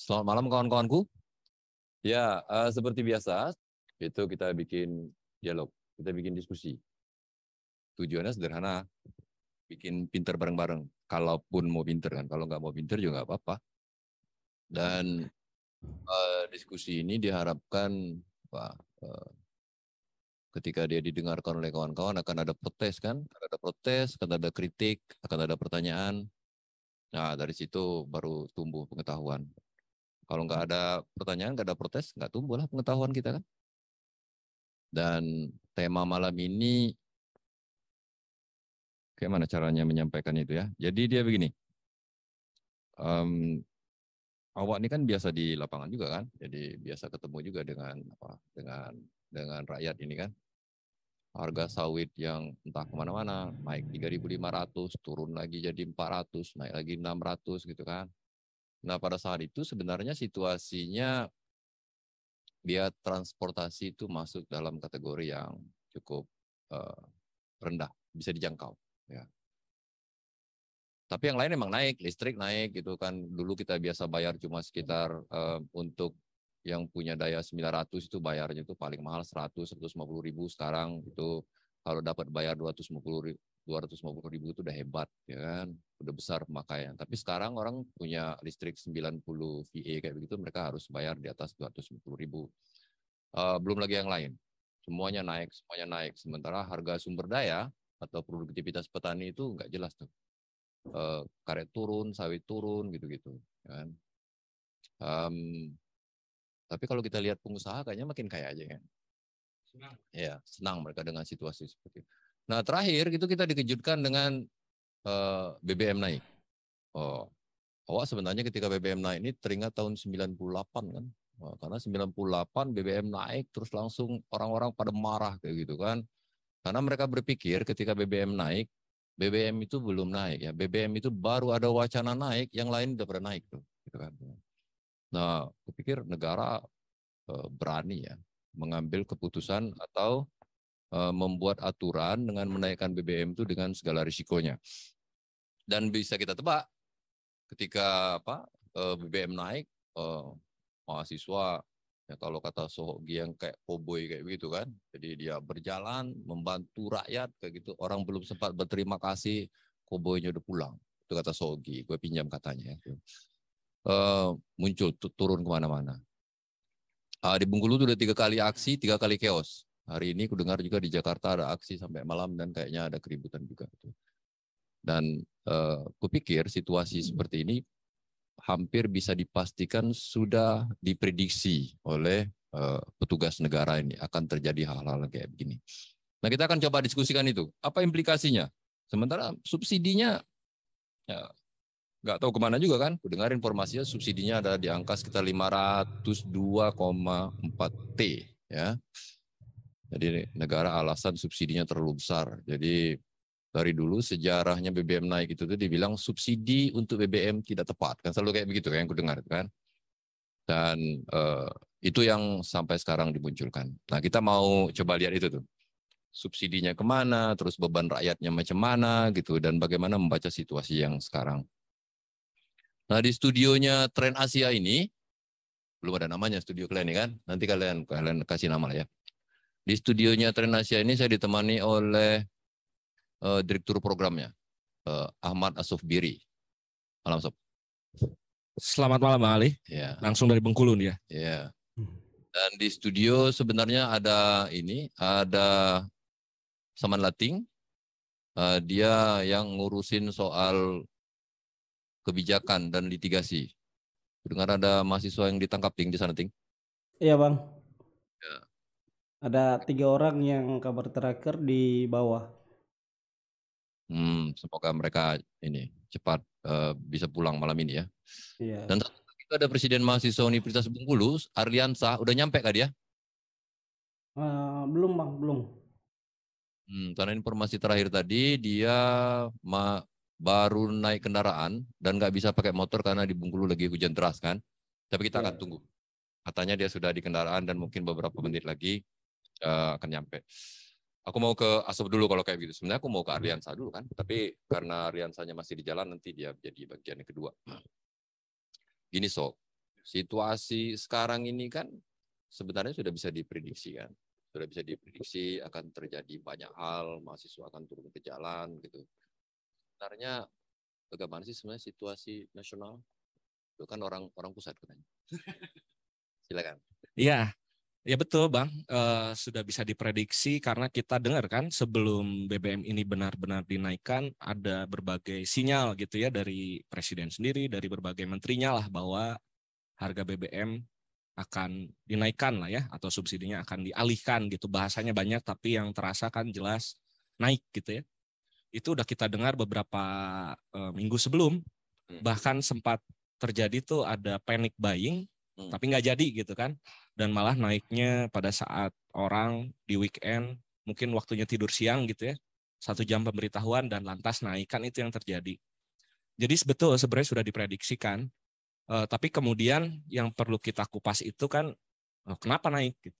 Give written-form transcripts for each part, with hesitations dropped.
Selamat malam kawan-kawanku. Ya, seperti biasa, itu kita bikin dialog, kita bikin diskusi. Tujuannya sederhana, bikin pinter bareng-bareng. Kalaupun mau pinter kan, kalau nggak mau pinter juga nggak apa-apa. Dan diskusi ini diharapkan ketika dia didengarkan oleh kawan-kawan akan ada protes kan, akan ada protes, akan ada kritik, akan ada pertanyaan. Nah, dari situ baru tumbuh pengetahuan. Kalau nggak ada pertanyaan, nggak ada protes, nggak tumbuhlah pengetahuan kita kan. Dan tema malam ini, bagaimana caranya menyampaikan itu ya? Jadi dia begini, awak ini kan biasa di lapangan juga kan, jadi biasa ketemu juga dengan dengan rakyat ini kan. Harga sawit yang entah kemana-mana, naik 3.500, turun lagi jadi 400, naik lagi 600 gitu kan. Nah pada saat itu sebenarnya situasinya biaya transportasi itu masuk dalam kategori yang cukup rendah, bisa dijangkau. Ya. Tapi yang lain emang naik, listrik naik gitu kan. Dulu kita biasa bayar cuma sekitar untuk yang punya daya 900 itu bayarnya itu paling mahal 150 ribu. Sekarang itu kalau dapat bayar 250 ribu itu udah hebat ya kan. Udah besar pemakaian. Tapi sekarang orang punya listrik 90 VA kayak begitu mereka harus bayar di atas 250 ribu. Belum lagi yang lain. Semuanya naik. Sementara harga sumber daya atau produktivitas petani itu nggak jelas tuh. Karet turun, sawit turun, gitu-gitu. Kan? Tapi kalau kita lihat pengusaha kayaknya makin kaya aja kan. Senang. Ya, senang mereka dengan situasi seperti itu. Nah terakhir itu kita dikejutkan dengan BBM naik. Oh, awak sebenarnya ketika BBM naik ini teringat tahun 98 kan. Karena 98 BBM naik terus langsung orang-orang pada marah kayak gitu kan. Karena mereka berpikir ketika BBM naik, BBM itu belum naik ya. BBM itu baru ada wacana naik, yang lain udah pernah naik tuh. Gitu kan. Nah, kupikir negara berani ya mengambil keputusan atau membuat aturan dengan menaikkan BBM itu dengan segala risikonya. Dan bisa kita tebak ketika BBM naik, mahasiswa ya kalau kata Sohogi yang kayak koboi kayak begitu kan. Jadi dia berjalan membantu rakyat kayak gitu. Orang belum sempat berterima kasih, koboinya udah pulang. Itu kata Sohogi, gue pinjam katanya. Muncul turun kemana-mana. Di Bengkulu itu udah 3 kali aksi, 3 kali chaos. Hari ini aku dengar juga di Jakarta ada aksi sampai malam dan kayaknya ada keributan juga. Dan kupikir situasi seperti ini hampir bisa dipastikan sudah diprediksi oleh petugas negara ini akan terjadi hal-hal kayak begini. Nah kita akan coba diskusikan itu. Apa implikasinya? Sementara subsidinya ya, nggak tahu kemana juga kan. Ku dengar informasinya subsidinya ada di angka sekitar 502,4 T. Ya. Jadi negara alasan subsidinya terlalu besar. Jadi dari dulu sejarahnya BBM naik itu tuh dibilang subsidi untuk BBM tidak tepat. Kan selalu kayak begitu yang ku dengar kan. Dan itu yang sampai sekarang dimunculkan. Nah kita mau coba lihat itu tuh. Subsidinya kemana, terus beban rakyatnya macam mana gitu, dan bagaimana membaca situasi yang sekarang. Nah di studionya Trend Asia ini, belum ada namanya studio kalian ini kan, nanti kalian kasih nama ya. Di studionya Trend Asia ini saya ditemani oleh direktur programnya, Ahmad Asofbiri. Malam Sob. Selamat malam Bang Ali, ya. Langsung dari Bengkulu nih ya. Ya. Dan di studio sebenarnya ada Saman Lating, dia yang ngurusin soal kebijakan dan litigasi. Dengar ada mahasiswa yang ditangkap Ting di sana Ting? Iya Bang. Ya. Ada 3 orang yang kabar terakhir di bawah. Semoga mereka ini cepat bisa pulang malam ini ya. Iya. Dan itu ada Presiden Mahasiswa Universitas Bengkulu, Arliansah, udah nyampe kah dia? Belum Bang, belum. Karena informasi terakhir tadi dia baru naik kendaraan dan nggak bisa pakai motor karena di Bengkulu lagi hujan deras kan. Tapi kita akan tunggu. Katanya dia sudah di kendaraan dan mungkin beberapa menit lagi akan nyampe. Aku mau ke Asob dulu kalau kayak gitu. Sebenarnya aku mau ke Arliansah dulu kan. Tapi karena Arliansahnya masih di jalan nanti dia jadi bagian yang kedua. Gini Sob. situasi sekarang ini kan sebenarnya sudah bisa diprediksi kan. Sudah bisa diprediksi akan terjadi banyak hal, mahasiswa akan turun ke jalan gitu. Sebenarnya bagaimana sih sebenarnya situasi nasional? Itu kan orang pusat katanya. Silakan. Iya, ya betul Bang. Sudah bisa diprediksi karena kita dengar kan sebelum BBM ini benar-benar dinaikkan ada berbagai sinyal gitu ya dari Presiden sendiri, dari berbagai menterinya lah bahwa harga BBM akan dinaikkan lah ya, atau subsidinya akan dialihkan gitu. Bahasanya banyak tapi yang terasa kan jelas naik gitu ya. Itu udah kita dengar beberapa minggu sebelum, bahkan sempat terjadi tuh ada panic buying, tapi nggak jadi gitu kan. Dan malah naiknya pada saat orang di weekend, mungkin waktunya tidur siang gitu ya, 1 jam pemberitahuan dan lantas naik, kan itu yang terjadi. Jadi betul sebenarnya sudah diprediksikan, tapi kemudian yang perlu kita kupas itu kan kenapa naik gitu.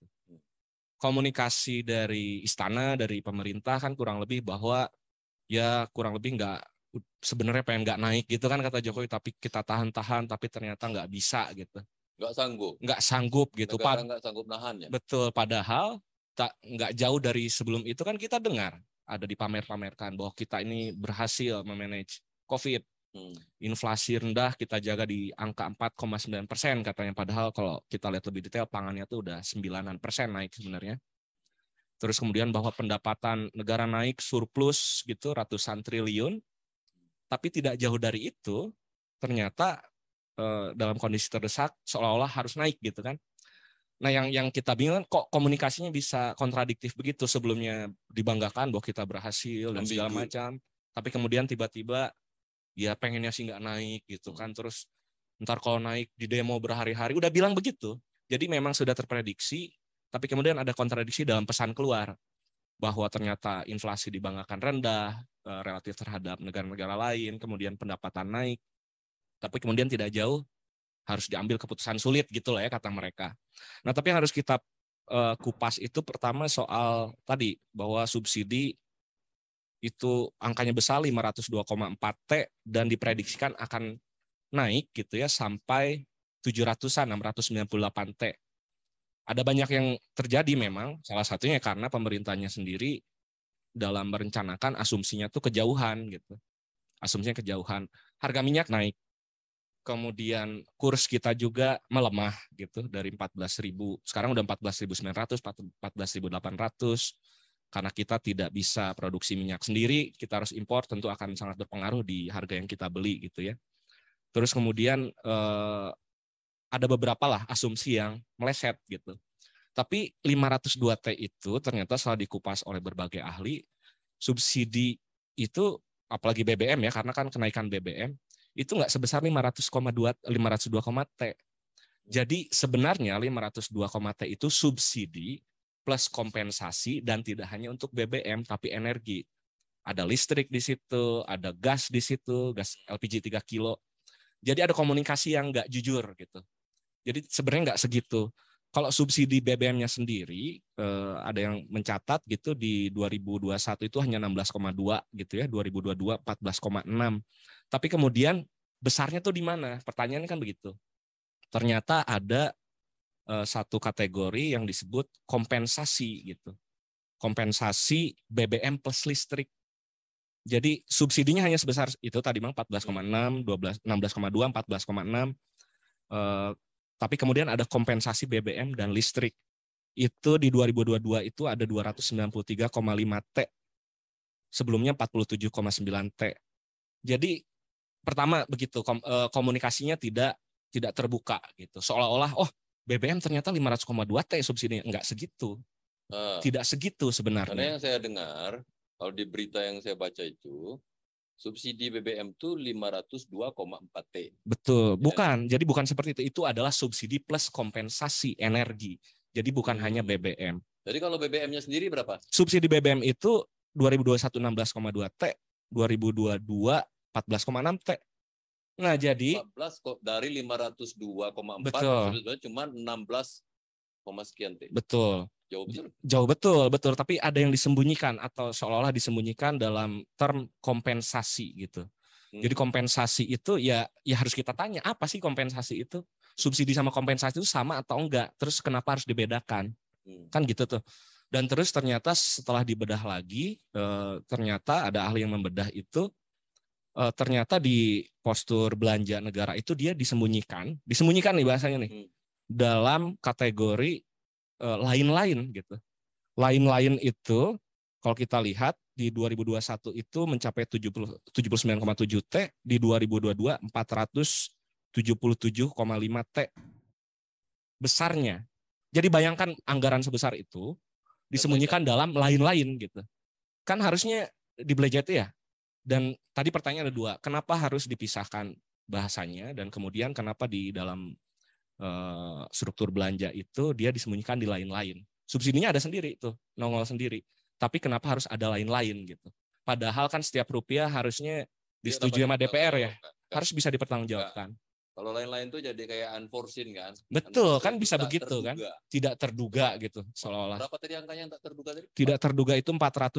Komunikasi dari istana, dari pemerintah kan kurang lebih bahwa ya kurang lebih sebenarnya pengen nggak naik gitu kan kata Jokowi, tapi kita tahan-tahan tapi ternyata nggak bisa gitu. Nggak sanggup gitu. Negara nggak sanggup nahan ya. Betul, padahal nggak jauh dari sebelum itu kan kita dengar ada dipamer-pamerkan bahwa kita ini berhasil memanage COVID. Inflasi rendah kita jaga di angka 4,9% katanya, padahal kalau kita lihat lebih detail pangannya tuh udah 9% naik sebenarnya. Terus kemudian bahwa pendapatan negara naik surplus gitu ratusan triliun, tapi tidak jauh dari itu ternyata dalam kondisi terdesak seolah-olah harus naik gitu kan. Nah yang kita bingung kok komunikasinya bisa kontradiktif begitu, sebelumnya dibanggakan bahwa kita berhasil dan segala macam, tapi kemudian tiba-tiba ya pengennya sih nggak naik gitu kan, terus ntar kalau naik di demo berhari-hari, udah bilang begitu. Jadi memang sudah terprediksi, tapi kemudian ada kontradiksi dalam pesan keluar bahwa ternyata inflasi dibanggakan rendah relatif terhadap negara-negara lain, kemudian pendapatan naik, tapi kemudian tidak jauh harus diambil keputusan sulit gitu lah ya kata mereka. Nah tapi yang harus kita kupas itu pertama soal tadi bahwa subsidi itu angkanya besar 502,4 T dan diprediksikan akan naik gitu ya sampai 700-an 698 T. Ada banyak yang terjadi memang, salah satunya karena pemerintahnya sendiri dalam merencanakan asumsinya tuh kejauhan gitu. Asumsinya kejauhan. Harga minyak naik. Kemudian kurs kita juga melemah gitu dari 14.000, sekarang udah 14.900, 14.800. Karena kita tidak bisa produksi minyak sendiri, kita harus impor, tentu akan sangat berpengaruh di harga yang kita beli gitu ya. Terus kemudian ada beberapa lah asumsi yang meleset gitu. Tapi 502 T itu ternyata setelah dikupas oleh berbagai ahli, subsidi itu apalagi BBM ya, karena kan kenaikan BBM itu nggak sebesar 502, T. Jadi sebenarnya 502, T itu subsidi plus kompensasi, dan tidak hanya untuk BBM tapi energi. Ada listrik di situ, ada gas di situ, gas LPG 3 kilo. Jadi ada komunikasi yang nggak jujur gitu. Jadi sebenarnya nggak segitu. Kalau subsidi BBM-nya sendiri, ada yang mencatat gitu di 2021 itu hanya 16,2 gitu ya, 2022 14,6. Tapi kemudian besarnya tuh di mana? Pertanyaannya kan begitu. Ternyata ada satu kategori yang disebut kompensasi gitu. Kompensasi BBM plus listrik. Jadi subsidinya hanya sebesar itu tadi Bang, 14,6, 16,2, 14,6. Tapi kemudian ada kompensasi BBM dan listrik. Itu di 2022 itu ada 293,5 T. Sebelumnya 47,9 T. Jadi pertama begitu, komunikasinya tidak terbuka gitu. Seolah-olah BBM ternyata 500,2 T subsidinya, enggak segitu. Tidak segitu sebenarnya. Karena yang saya dengar, kalau di berita yang saya baca itu, subsidi BBM itu 502,4 T. Betul, bukan. Jadi bukan seperti itu. Itu adalah subsidi plus kompensasi energi. Jadi bukan hanya BBM. Jadi kalau BBM-nya sendiri berapa? Subsidi BBM itu 2021 16,2 T, 2022 14,6 T. Nah, jadi 14 dari 502,4 sebetulnya cuma 16, sekian T. Betul. Jauh betul. Tapi ada yang disembunyikan atau seolah-olah disembunyikan dalam term kompensasi gitu. Jadi kompensasi itu ya harus kita tanya apa sih kompensasi itu? subsidi sama kompensasi itu sama atau enggak, terus kenapa harus dibedakan, kan gitu tuh. Dan terus ternyata setelah dibedah lagi, ternyata ada ahli yang membedah itu, ternyata di postur belanja negara itu dia disembunyikan nih bahasanya nih, dalam kategori lain-lain gitu. Lain-lain itu kalau kita lihat di 2021 itu mencapai 79,7 T, di 2022 477,5 T besarnya. Jadi bayangkan anggaran sebesar itu disembunyikan dalam lain-lain gitu. Kan harusnya dibelejeti ya. Dan tadi pertanyaan ada dua, kenapa harus dipisahkan bahasanya, dan kemudian kenapa di dalam struktur belanja itu dia disembunyikan di lain-lain. Subsidinya ada sendiri tuh, nongol sendiri. Tapi kenapa harus ada lain-lain gitu? Padahal kan setiap rupiah harusnya disetujui sama DPR ya, harus bisa dipertanggungjawabkan. Kalau lain-lain tuh jadi kayak unforeseen kan? Betul, kan bisa begitu kan? Tidak terduga gitu seolah-olah. Berapa tadi angkanya yang tak terduga tadi? Tidak terduga itu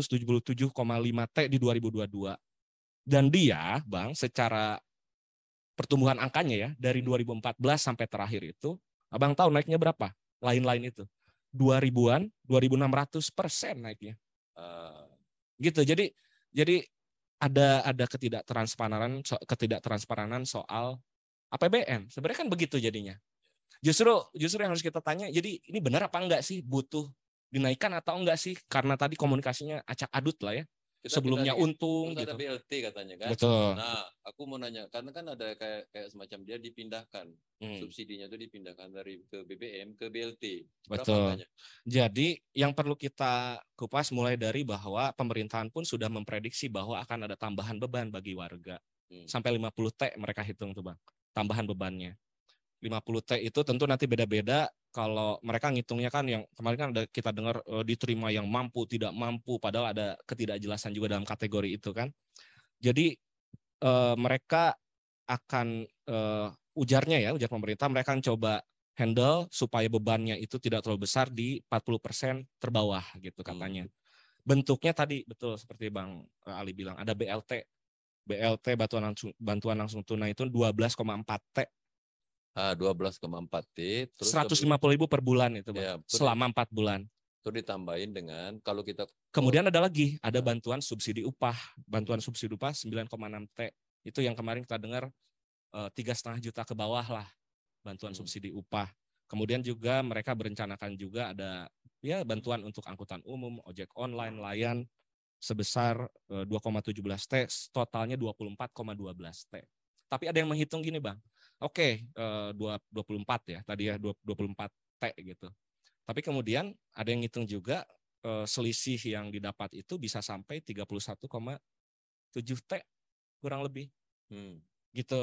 477,5 T di 2022. Dan dia, Bang, secara pertumbuhan angkanya ya, dari 2014 sampai terakhir itu, Abang tahu naiknya berapa? Lain-lain itu. 2000-an, 2.600% naiknya. Gitu. Jadi ada ketidaktransparanan soal APBN. Sebenarnya kan begitu jadinya. Justru yang harus kita tanya, jadi ini benar apa enggak sih, butuh dinaikkan atau enggak sih? Karena tadi komunikasinya acak adut lah ya. Sebelumnya untung gitu. Ada BLT katanya kan. Betul. Nah, aku mau nanya, karena kan ada kayak semacam dia dipindahkan. Subsidinya itu dipindahkan dari ke BBM ke BLT. Berapa Betul. angkanya? Jadi yang perlu kita kupas mulai dari bahwa pemerintahan pun sudah memprediksi bahwa akan ada tambahan beban bagi warga. Sampai 50 T mereka hitung tuh, Bang. Tambahan bebannya. 50 T itu tentu nanti beda-beda. Kalau mereka ngitungnya kan yang kemarin kan ada kita dengar diterima yang mampu, tidak mampu, padahal ada ketidakjelasan juga dalam kategori itu kan. Jadi mereka akan ujar pemerintah, mereka akan coba handle supaya bebannya itu tidak terlalu besar di 40% terbawah gitu katanya. Bentuknya tadi betul seperti Bang Ali bilang, ada BLT bantuan langsung tunai itu 12,4 T. 12,4 T, terus 150.000 per bulan itu, Bang. Ya, selama 4 bulan. Itu ditambahin dengan kalau kita kemudian ada lagi, ada bantuan subsidi upah. Bantuan subsidi upah 9,6 T. Itu yang kemarin kita dengar 3,5 juta ke bawah lah bantuan subsidi upah. Kemudian juga mereka berencanakan juga ada ya bantuan untuk angkutan umum, ojek online, layan sebesar 2,17 T, totalnya 24,12 T. Tapi ada yang menghitung gini, Bang. Oke, 24 ya, tadi ya 24 T gitu. Tapi kemudian ada yang ngitung juga selisih yang didapat itu bisa sampai 31,7 T kurang lebih. Gitu.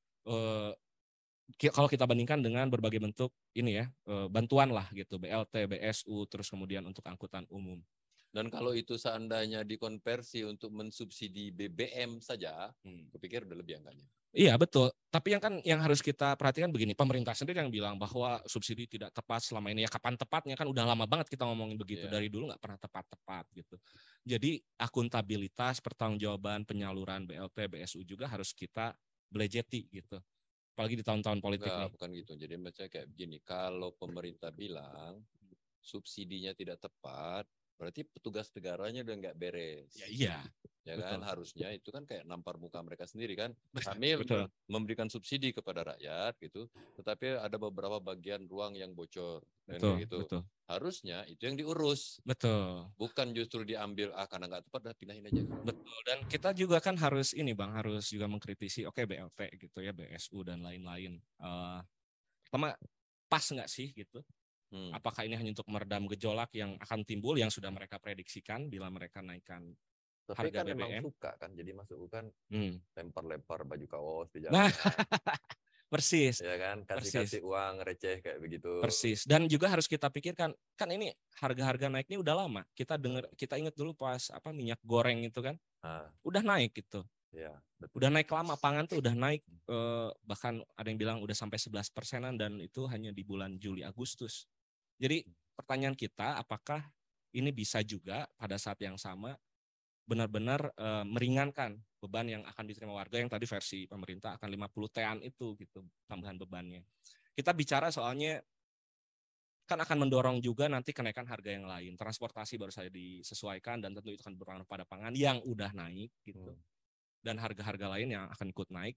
Kalau kita bandingkan dengan berbagai bentuk ini ya, bantuan lah gitu, BLT, BSU, terus kemudian untuk angkutan umum. Dan kalau itu seandainya dikonversi untuk mensubsidi BBM saja, kupikir udah lebih angkanya. Iya betul, tapi yang harus kita perhatikan begini, pemerintah sendiri yang bilang bahwa subsidi tidak tepat selama ini. Ya kapan tepatnya, kan udah lama banget kita ngomongin begitu, dari dulu nggak pernah tepat-tepat gitu. Jadi akuntabilitas, pertanggungjawaban penyaluran BLT, BSU juga harus kita belejeti gitu. Apalagi di tahun-tahun politik nih. Bukan gitu, jadi macam kayak begini, kalau pemerintah bilang subsidinya tidak tepat, berarti petugas negaranya udah nggak beres. Ya iya. Ya kan, harusnya itu kan kayak nampar muka mereka sendiri kan. Kami memberikan subsidi kepada rakyat gitu, tetapi ada beberapa bagian ruang yang bocor. Betul. Harusnya itu yang diurus. Betul. Bukan justru diambil karena nggak tepat, udah pindahin aja. Betul. Dan kita juga kan harus harus juga mengkritisi BLT gitu ya, BSU dan lain-lain. Pertama, pas nggak sih gitu? Apakah ini hanya untuk meredam gejolak yang akan timbul yang sudah mereka prediksikan bila mereka naikkan tapi harga kan BBM? Memang suka kan, jadi masuk kan lempar-lempar baju kaos di jalan. Nah, persis. Ya kan, kasih uang receh kayak begitu. Persis. Dan juga harus kita pikirkan, kan ini harga-harga naik ini udah lama. Kita ingat dulu pas minyak goreng itu kan, udah naik gitu. Ya, betul. Udah naik lama, pangan tuh udah naik, bahkan ada yang bilang udah sampai 11%-an, dan itu hanya di bulan Juli Agustus. Jadi pertanyaan kita, apakah ini bisa juga pada saat yang sama benar-benar meringankan beban yang akan diterima warga, yang tadi versi pemerintah akan 50 T-an itu gitu tambahan bebannya. kita bicara soalnya kan akan mendorong juga nanti kenaikan harga yang lain. Transportasi baru saja disesuaikan dan tentu itu akan berpengaruh pada pangan yang udah naik gitu. Dan harga-harga lain yang akan ikut naik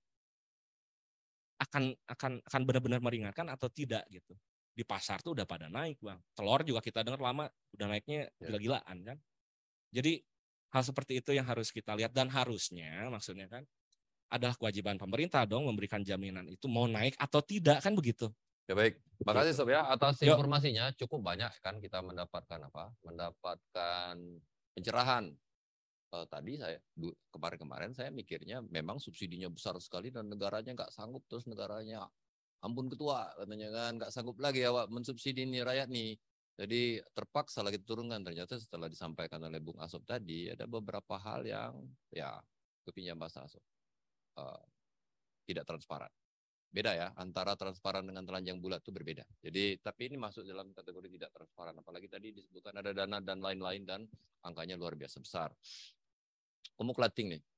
akan benar-benar meringankan atau tidak gitu. Di pasar tuh udah pada naik, Bang. Telur juga kita dengar lama udah naiknya gila-gilaan kan. Jadi hal seperti itu yang harus kita lihat dan harusnya maksudnya kan adalah kewajiban pemerintah dong memberikan jaminan itu mau naik atau tidak kan begitu. Ya baik, makasih Sob ya atas Yuk. informasinya. Cukup banyak kan kita mendapatkan mendapatkan pencerahan. Tadi saya kemarin saya mikirnya memang subsidinya besar sekali dan negaranya nggak sanggup, terus negaranya ampun ketua katanya kan nggak sanggup lagi awak mensubsidi nih rakyat nih. Jadi terpaksa lagi turunkan. Ternyata setelah disampaikan oleh Bung Asob tadi ada beberapa hal yang ya kepinjam bahasa Asob tidak transparan. Beda ya, antara transparan dengan telanjang bulat itu berbeda. Jadi, tapi ini masuk dalam kategori tidak transparan. Apalagi tadi disebutkan ada dana dan lain-lain dan angkanya luar biasa besar. Kamu klating nih.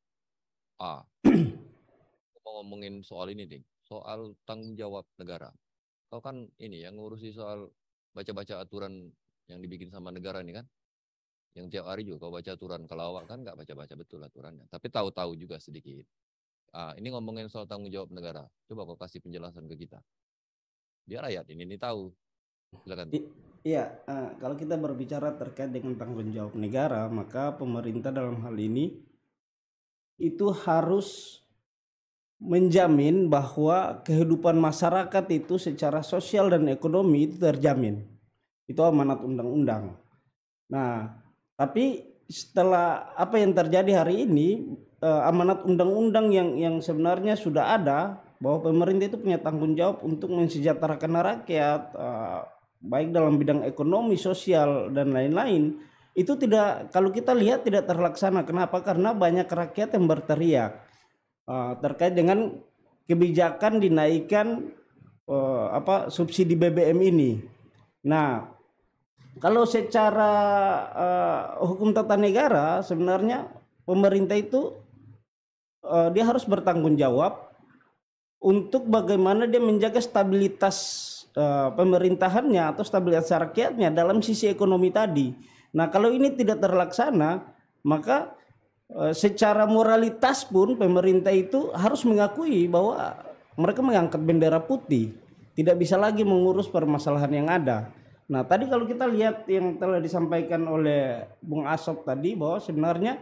Mau ngomongin soal ini, Ding. Soal tanggung jawab negara. Kau kan ini yang ngurusi soal baca-baca aturan yang dibikin sama negara ini kan. Yang tiap hari juga kau baca aturan. Kalau awak kan nggak baca-baca betul aturannya. Tapi tahu-tahu juga sedikit. Ini ngomongin soal tanggung jawab negara. Coba kau kasih penjelasan ke kita. Biar rakyat ini tahu. Silakan. Iya, kalau kita berbicara terkait dengan tanggung jawab negara, maka pemerintah dalam hal ini itu harus menjamin bahwa kehidupan masyarakat itu secara sosial dan ekonomi itu terjamin. Itu amanat undang-undang. Nah, tapi setelah apa yang terjadi hari ini, amanat undang-undang yang sebenarnya sudah ada bahwa pemerintah itu punya tanggung jawab untuk mensejahterakan rakyat, baik dalam bidang ekonomi, sosial dan lain-lain, itu tidak, kalau kita lihat tidak terlaksana. Kenapa? Karena banyak rakyat yang berteriak terkait dengan kebijakan dinaikkan subsidi BBM ini. Nah, kalau secara hukum tata negara sebenarnya pemerintah itu dia harus bertanggung jawab untuk bagaimana dia menjaga stabilitas pemerintahannya atau stabilitas rakyatnya dalam sisi ekonomi tadi. Nah, kalau ini tidak terlaksana, maka secara moralitas pun pemerintah itu harus mengakui bahwa mereka mengangkat bendera putih, tidak bisa lagi mengurus permasalahan yang ada. Nah, tadi kalau kita lihat yang telah disampaikan oleh Bung Asob tadi bahwa sebenarnya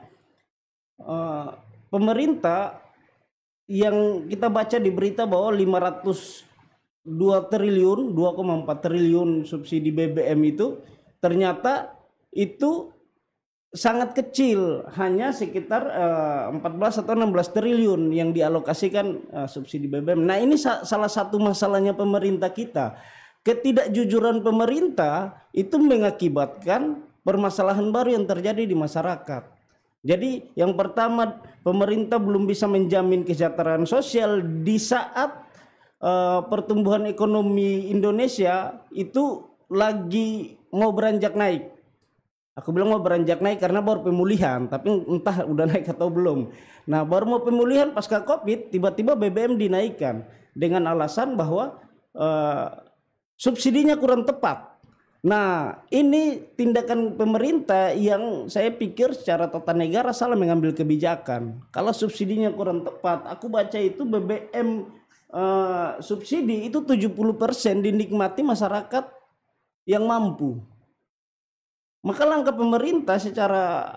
pemerintah yang kita baca di berita bahwa 502 triliun, 2,4 triliun subsidi BBM itu ternyata itu sangat kecil, hanya sekitar 14 atau 16 triliun yang dialokasikan subsidi BBM. Nah, ini salah satu masalahnya pemerintah kita. Ketidakjujuran pemerintah itu mengakibatkan permasalahan baru yang terjadi di masyarakat. Jadi yang pertama, pemerintah belum bisa menjamin kesejahteraan sosial di saat pertumbuhan ekonomi Indonesia itu lagi mau beranjak naik. Aku bilang mau beranjak naik karena baru pemulihan, tapi entah udah naik atau belum. Nah, baru mau pemulihan pasca Covid, tiba-tiba BBM dinaikkan dengan alasan bahwa subsidinya kurang tepat. Nah, ini tindakan pemerintah yang saya pikir secara tata negara salah mengambil kebijakan. Kalau subsidinya kurang tepat, aku baca itu BBM subsidi itu 70% dinikmati masyarakat yang mampu. Maka langkah pemerintah secara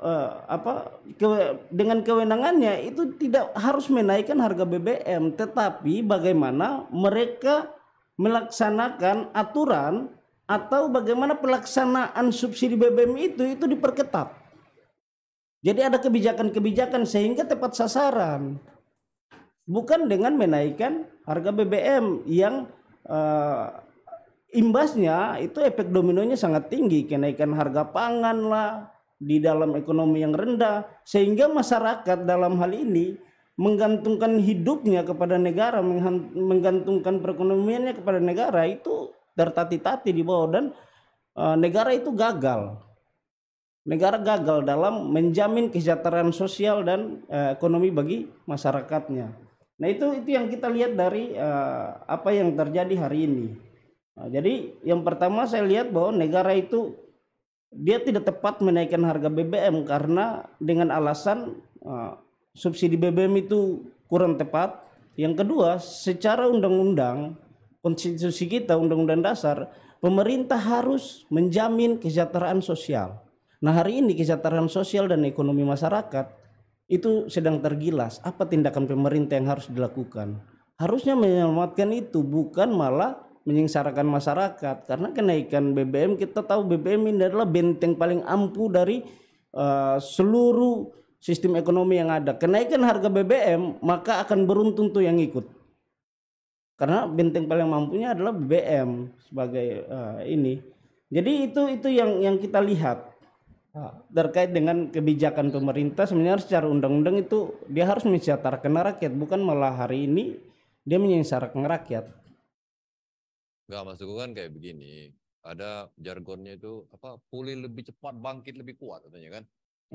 dengan kewenangannya itu tidak harus menaikkan harga BBM, tetapi bagaimana mereka melaksanakan aturan atau bagaimana pelaksanaan subsidi BBM itu diperketat. Jadi ada kebijakan-kebijakan sehingga tepat sasaran. Bukan dengan menaikkan harga BBM yang imbasnya itu efek dominonya sangat tinggi, kenaikan harga pangan lah di dalam ekonomi yang rendah, sehingga masyarakat dalam hal ini menggantungkan hidupnya kepada negara, menggantungkan perekonomiannya kepada negara, itu tertati-tati di bawah, dan negara itu gagal. Negara gagal dalam menjamin kesejahteraan sosial dan ekonomi bagi masyarakatnya. Nah itu yang kita lihat dari apa yang terjadi hari ini. Nah, jadi yang pertama saya lihat bahwa negara itu dia tidak tepat menaikkan harga BBM karena dengan alasan subsidi BBM itu kurang tepat. Yang kedua, secara undang-undang konstitusi kita, undang-undang dasar, pemerintah harus menjamin kesejahteraan sosial. Nah hari ini kesejahteraan sosial dan ekonomi masyarakat itu sedang tergilas. Apa tindakan pemerintah yang harus dilakukan? Harusnya menyelamatkan itu, bukan malah menyengsarakan masyarakat. Karena kenaikan BBM, kita tahu BBM ini adalah benteng paling ampuh dari seluruh sistem ekonomi yang ada. Kenaikan harga BBM maka akan beruntung tuh yang ikut. Karena benteng paling mampunya adalah BBM sebagai ini. Jadi itu yang kita lihat. Terkait dengan kebijakan pemerintah, sebenarnya secara undang-undang itu dia harus mensejahterakan rakyat, bukan malah hari ini dia menyengsarakan rakyat. Enggak, maksudku kan kayak begini, ada jargonnya itu apa, pulih lebih cepat, bangkit lebih kuat katanya kan.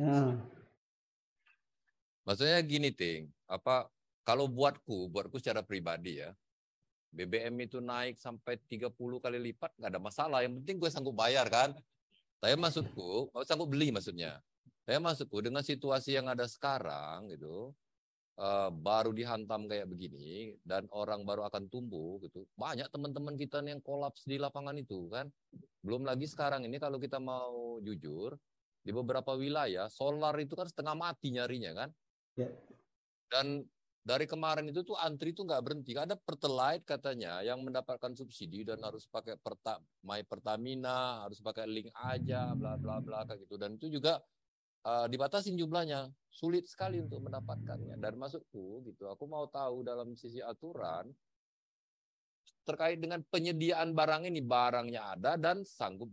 Maksudnya gini Ting, apa kalau buatku secara pribadi ya, BBM itu naik sampai 30 kali lipat nggak ada masalah, yang penting gue sanggup bayar kan. Saya maksudku, sanggup beli maksudnya. Saya maksudku dengan situasi yang ada sekarang gitu, baru dihantam kayak begini dan orang baru akan tumbuh gitu. Banyak teman-teman kita yang kolaps di lapangan itu kan. Belum lagi sekarang ini kalau kita mau jujur, di beberapa wilayah solar itu kan setengah mati nyarinya kan. Ya. Dan dari kemarin itu tuh antri tuh nggak berhenti. Ada Pertalite katanya yang mendapatkan subsidi dan harus pakai My Pertamina, harus pakai link aja, bla bla bla kayak gitu. Dan itu juga dibatasin jumlahnya, sulit sekali untuk mendapatkannya. Dan maksudku gitu, aku mau tahu dalam sisi aturan terkait dengan penyediaan barang ini, barangnya ada dan sanggup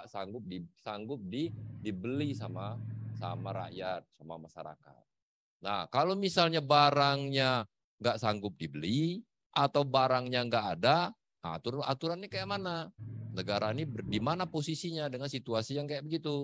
dibeli sama rakyat, sama masyarakat. Nah, kalau misalnya barangnya nggak sanggup dibeli atau barangnya nggak ada, nah, aturannya kayak mana? Negara ini di mana posisinya dengan situasi yang kayak begitu?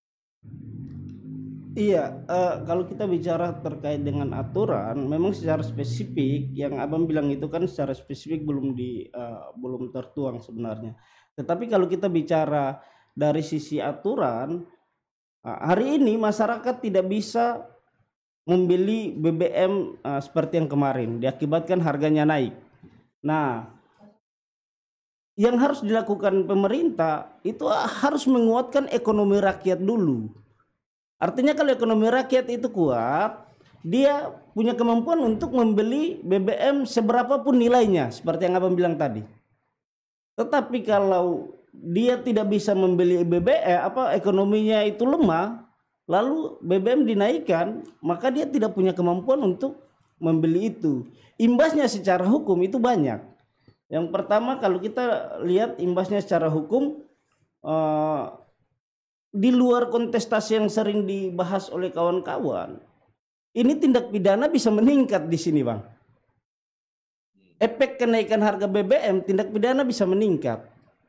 Iya, kalau kita bicara terkait dengan aturan, memang secara spesifik yang Abang bilang itu kan secara spesifik belum tertuang sebenarnya. Tetapi kalau kita bicara dari sisi aturan, hari ini masyarakat tidak bisa membeli BBM seperti yang kemarin, diakibatkan harganya naik. Nah, yang harus dilakukan pemerintah itu harus menguatkan ekonomi rakyat dulu. Artinya kalau ekonomi rakyat itu kuat, dia punya kemampuan untuk membeli BBM seberapapun nilainya, seperti yang Abang bilang tadi. Tetapi kalau dia tidak bisa membeli BBM, ekonominya itu lemah, lalu BBM dinaikkan, maka dia tidak punya kemampuan untuk membeli itu. Imbasnya secara hukum itu banyak. Yang pertama kalau kita lihat imbasnya secara hukum, di luar kontestasi yang sering dibahas oleh kawan-kawan, ini tindak pidana bisa meningkat di sini, Bang. Efek kenaikan harga BBM, tindak pidana bisa meningkat.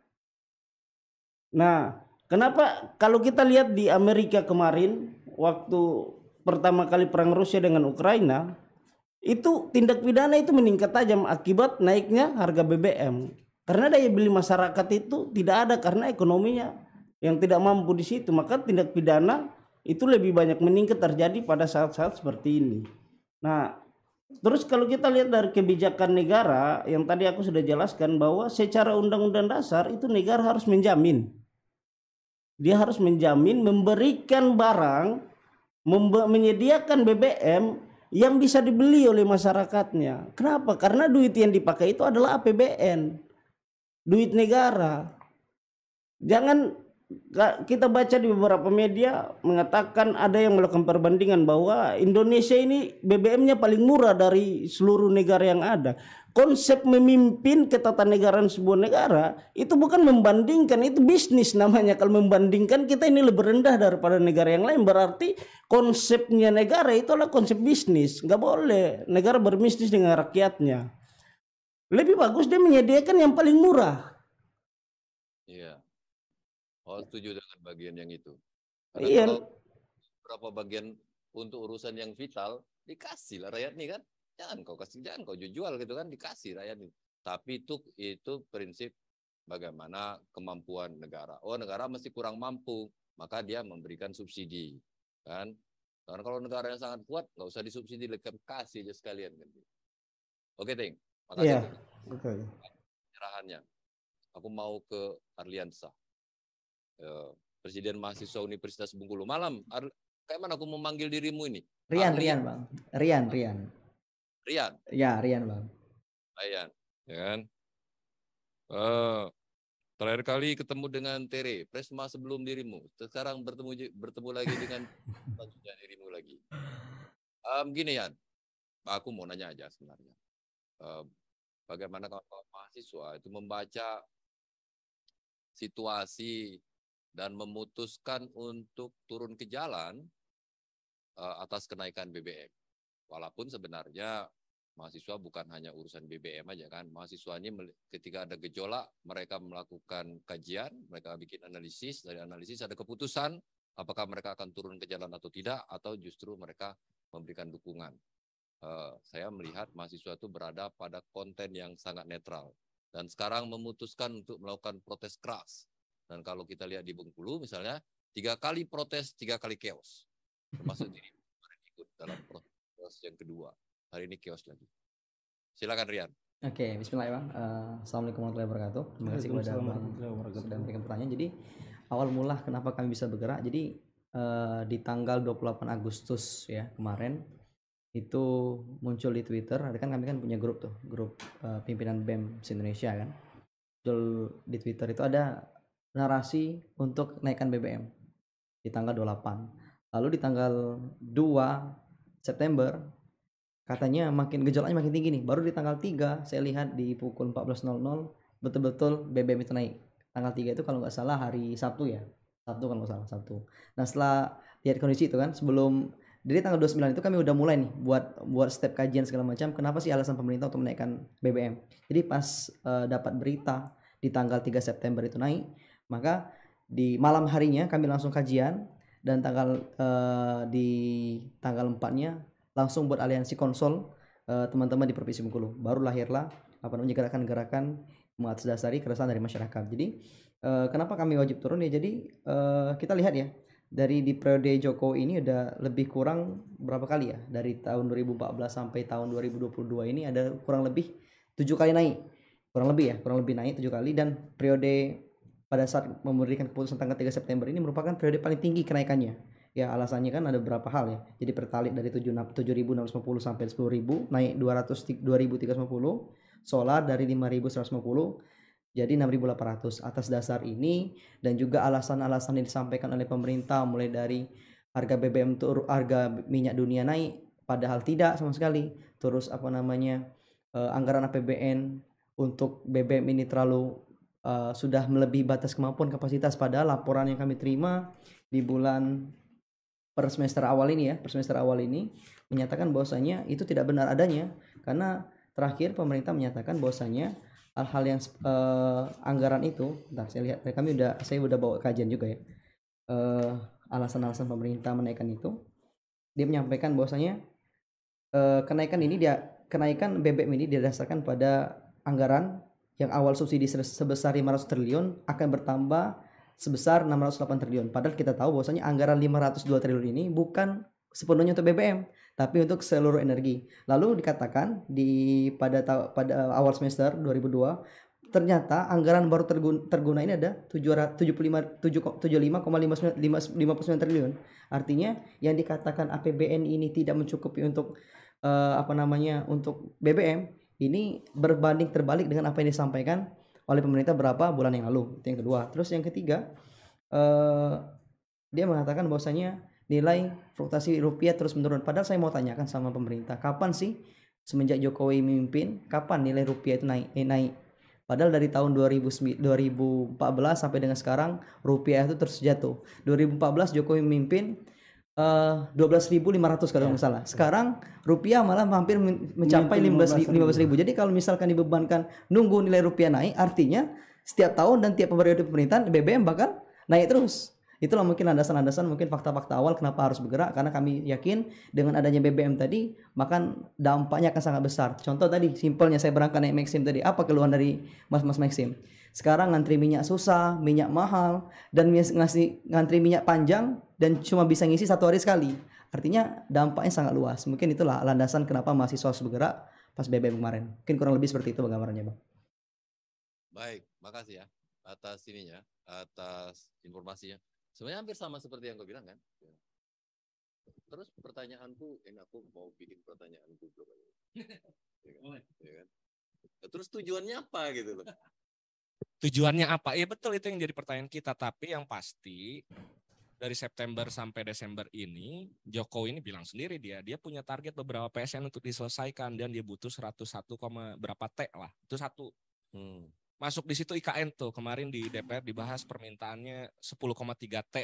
Nah, kenapa kalau kita lihat di Amerika kemarin, waktu pertama kali perang Rusia dengan Ukraina, itu tindak pidana itu meningkat tajam akibat naiknya harga BBM. Karena daya beli masyarakat itu tidak ada karena ekonominya yang tidak mampu di situ, maka tindak pidana itu lebih banyak meningkat terjadi pada saat-saat seperti ini. Nah, terus kalau kita lihat dari kebijakan negara yang tadi aku sudah jelaskan bahwa secara undang-undang dasar itu negara harus menjamin. Dia harus menjamin memberikan barang, menyediakan BBM yang bisa dibeli oleh masyarakatnya. Kenapa? Karena duit yang dipakai itu adalah APBN, duit negara. Jangan kita baca di beberapa media mengatakan ada yang melakukan perbandingan bahwa Indonesia ini BBM-nya paling murah dari seluruh negara yang ada. Konsep memimpin ketatanegaraan sebuah negara itu bukan membandingkan, itu bisnis namanya. Kalau membandingkan kita ini lebih rendah daripada negara yang lain, berarti konsepnya negara itu adalah konsep bisnis. Nggak boleh negara berbisnis dengan rakyatnya. Lebih bagus dia menyediakan yang paling murah. Iya. Oh, setuju dengan bagian yang itu. Karena iya. Kalau berapa bagian untuk urusan yang vital dikasih lah rakyat nih kan. jangan kau jual gitu kan, dikasih rakyat. Tapi itu prinsip bagaimana kemampuan negara. Oh, negara mesti kurang mampu, maka dia memberikan subsidi, kan? Karena kalau negara yang sangat kuat, nggak usah disubsidi, kasih aja sekalian. Kan? Oke, Ting. Makasih. Iya, betul. Penyerahannya. Aku mau ke Arliansa, Presiden Mahasiswa Universitas Bengkulu. Malam, kayak mana aku memanggil dirimu ini? Rian, Bang. Rian. Ya, Rian, Bang. Rian, ya kan? Terakhir kali ketemu dengan Tere, Presma sebelum dirimu. Sekarang bertemu lagi dengan dirimu lagi. Gini Yan, aku mau nanya aja sebenarnya. Bagaimana kawan-kawan mahasiswa itu membaca situasi dan memutuskan untuk turun ke jalan atas kenaikan BBM. Walaupun sebenarnya mahasiswa bukan hanya urusan BBM aja kan. Mahasiswa ini ketika ada gejolak, mereka melakukan kajian, mereka bikin analisis, dari analisis ada keputusan apakah mereka akan turun ke jalan atau tidak, atau justru mereka memberikan dukungan. Saya melihat mahasiswa itu berada pada konten yang sangat netral. Dan sekarang memutuskan untuk melakukan protes keras. Dan kalau kita lihat di Bengkulu misalnya, 3 kali protes, 3 kali chaos. Termasuk diri ikut dalam protes yang kedua. Hari ini chaos lagi. Silakan Rian. Oke, bismillahirrahmanirrahim. Assalamualaikum warahmatullahi wabarakatuh. Terima kasih kepada Bang sudah memberikan pertanyaan. Jadi awal mula kenapa kami bisa bergerak. Jadi di tanggal 28 Agustus ya kemarin itu muncul di Twitter. Ada kan kami kan punya grup tuh, grup pimpinan BEM Indonesia kan. Muncul di Twitter itu ada narasi untuk naikkan BBM di tanggal 28. Lalu di tanggal 2 September katanya gejolaknya makin tinggi nih. Baru di tanggal 3 saya lihat di pukul 14.00 betul-betul BBM itu naik. Tanggal 3 itu kalau nggak salah hari Sabtu ya. Sabtu kalau nggak salah, Sabtu. Nah setelah lihat kondisi itu kan, sebelum dari tanggal 29 itu kami udah mulai nih buat step kajian segala macam. Kenapa sih alasan pemerintah untuk menaikkan BBM? Jadi pas dapat berita di tanggal 3 September itu naik, maka di malam harinya kami langsung kajian, dan di tanggal 4-nya langsung buat aliansi konsol teman-teman di Provinsi Bengkulu. Baru lahirlah gerakan-gerakan mengatasdasari keresahan dari masyarakat. Jadi kenapa kami wajib turun ya? Jadi kita lihat ya, dari di periode Jokowi ini udah lebih kurang berapa kali ya? Dari tahun 2014 sampai tahun 2022 ini ada kurang lebih 7 kali naik. Kurang lebih naik 7 kali, dan periode pada saat memberikan keputusan tanggal 3 September ini merupakan periode paling tinggi kenaikannya. Ya alasannya kan ada beberapa hal ya. Jadi pertalite dari 7.650 sampai 10.000 naik 2.350, solar dari 5.150 jadi 6.800. Atas dasar ini dan juga alasan-alasan yang disampaikan oleh pemerintah, mulai dari harga BBM turun, harga minyak dunia naik, padahal tidak sama sekali. Terus anggaran APBN untuk BBM ini terlalu sudah melebihi batas kemampuan kapasitas, padahal laporan yang kami terima di per semester awal ini menyatakan bahwasanya itu tidak benar adanya, karena terakhir pemerintah menyatakan bahwasanya hal-hal yang anggaran itu, saya udah bawa kajian juga ya, alasan-alasan pemerintah menaikkan itu, dia menyampaikan bahwasanya kenaikan BBM ini didasarkan pada anggaran yang awal subsidi sebesar 500 triliun akan bertambah sebesar 608 triliun. Padahal kita tahu bahwasanya anggaran 502 triliun ini bukan sepenuhnya untuk BBM, tapi untuk seluruh energi. Lalu dikatakan pada awal semester 2002 ternyata anggaran baru terguna ini ada 75,59 triliun. Artinya yang dikatakan APBN ini tidak mencukupi untuk untuk BBM ini berbanding terbalik dengan apa yang disampaikan oleh pemerintah berapa bulan yang lalu. Itu yang kedua. Terus yang ketiga, dia mengatakan bahwasanya nilai fluktuasi rupiah terus menurun. Padahal saya mau tanyakan sama pemerintah, kapan sih semenjak Jokowi memimpin, kapan nilai rupiah itu naik? Padahal dari tahun 2014 sampai dengan sekarang rupiah itu terus jatuh. 2014 Jokowi memimpin 12.500 kalau nggak salah. Sekarang rupiah malah hampir mencapai 15.000. Jadi kalau misalkan dibebankan nunggu nilai rupiah naik, artinya setiap tahun dan tiap periode pemerintahan BBM bakal naik terus. Itulah mungkin landasan-landasan, mungkin fakta-fakta awal kenapa harus bergerak, karena kami yakin dengan adanya BBM tadi, maka dampaknya akan sangat besar. Contoh tadi, simpelnya saya berangkat naik Maxim tadi, apa keluhan dari Mas Maxim? Sekarang ngantri minyak susah, minyak mahal, dan ngantri minyak panjang, dan cuma bisa ngisi 1 hari sekali. Artinya dampaknya sangat luas. Mungkin itulah landasan kenapa mahasiswa harus bergerak pas BBM kemarin. Mungkin kurang lebih seperti itu gambarannya, Bang. Baik, makasih ya atas ininya, atas informasinya. Sebenarnya hampir sama seperti yang kau bilang kan. Terus pertanyaanku, ini aku mau bikin pertanyaan goblok aja. Ya kan? Terus tujuannya apa gitu loh? Tujuannya apa? Ya betul, itu yang jadi pertanyaan kita. Tapi yang pasti dari September sampai Desember ini, Jokowi ini bilang sendiri dia punya target beberapa PSN untuk diselesaikan dan dia butuh 101, berapa T lah. Itu satu. Masuk di situ IKN tuh, kemarin di DPR dibahas permintaannya 10,3 T.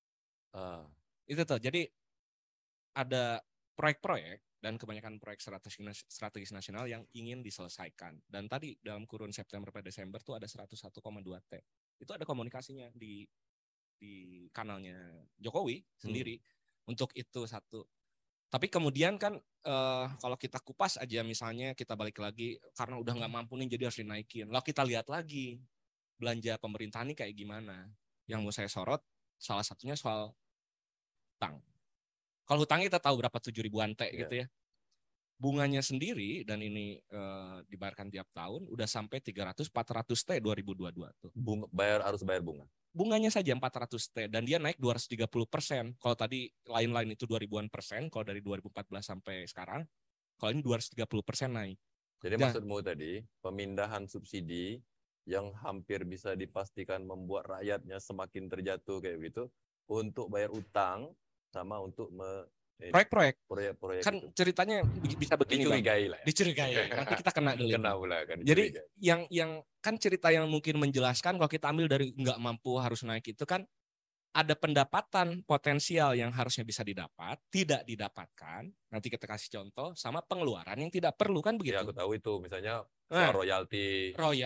Itu tuh, jadi ada proyek-proyek dan kebanyakan proyek strategis nasional yang ingin diselesaikan. Dan tadi dalam kurun September sampai Desember tuh ada 101,2 T. Itu ada komunikasinya di kanalnya Jokowi sendiri untuk itu satu. Tapi kemudian kan kalau kita kupas aja, misalnya kita balik lagi karena udah nggak mampu nih jadi harus dinaikin. Lalu kita lihat lagi belanja pemerintah ini kayak gimana. Yang mau saya sorot salah satunya soal hutang. Kalau hutang kita tahu berapa 7 ribuan T gitu ya. Bunganya sendiri dan ini dibayarkan tiap tahun udah sampai 300-400 T 2022 tuh. Harus bayar bunga. Bunganya saja 400 T dan dia naik 230%. Kalau tadi lain-lain itu 2000-an%, kalau dari 2014 sampai sekarang, kalau ini 230% naik. Jadi maksudmu tadi, pemindahan subsidi yang hampir bisa dipastikan membuat rakyatnya semakin terjatuh kayak gitu, untuk bayar utang sama untuk proyek-proyek kan itu. ceritanya bisa begini, dicurigai. Nanti kita kena dulu. Jadi yang kan cerita yang mungkin menjelaskan kalau kita ambil dari nggak mampu harus naik itu kan ada pendapatan potensial yang harusnya bisa didapat, tidak didapatkan. Nanti kita kasih contoh sama pengeluaran yang tidak perlu kan begitu. Ya, aku tahu itu misalnya royalti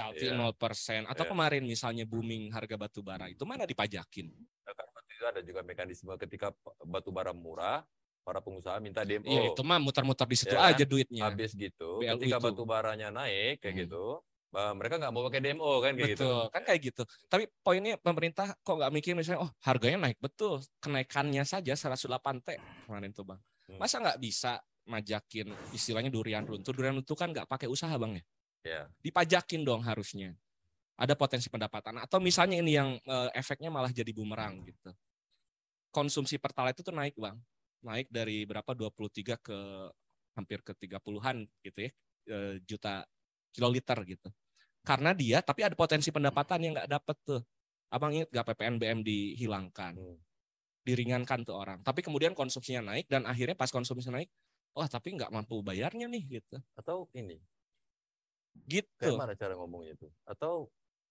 0% atau kemarin misalnya booming harga batu bara itu mana dipajakin. Karena itu ada juga mekanisme ketika batu bara murah, para pengusaha minta DMO. Iya, itu mah muter-muter di situ aja duitnya. Habis gitu, BLU ketika itu. batu baranya naik kayak gitu, mereka nggak mau pakai DMO kan kayak gitu. Betul, kan kayak gitu. Tapi poinnya pemerintah kok nggak mikir misalnya, harganya naik betul, kenaikannya saja 108 T kemarin tuh Bang. Masa nggak bisa majakin istilahnya durian runtuh kan nggak pakai usaha Bang ya? Dipajakin dong harusnya. Ada potensi pendapatan. Atau misalnya ini yang efeknya malah jadi bumerang gitu. Konsumsi Pertalite itu naik Bang. Naik dari berapa 23 ke hampir ke 30-an gitu ya, juta kiloliter gitu. Karena dia tapi ada potensi pendapatan yang nggak dapet tuh. Abang ingat nggak PPNBM dihilangkan, diringankan tuh orang. Tapi kemudian konsumsinya naik dan akhirnya pas konsumsi naik, tapi nggak mampu bayarnya nih gitu. Atau ini, gitu. Kayak mana cara ngomongnya itu? Atau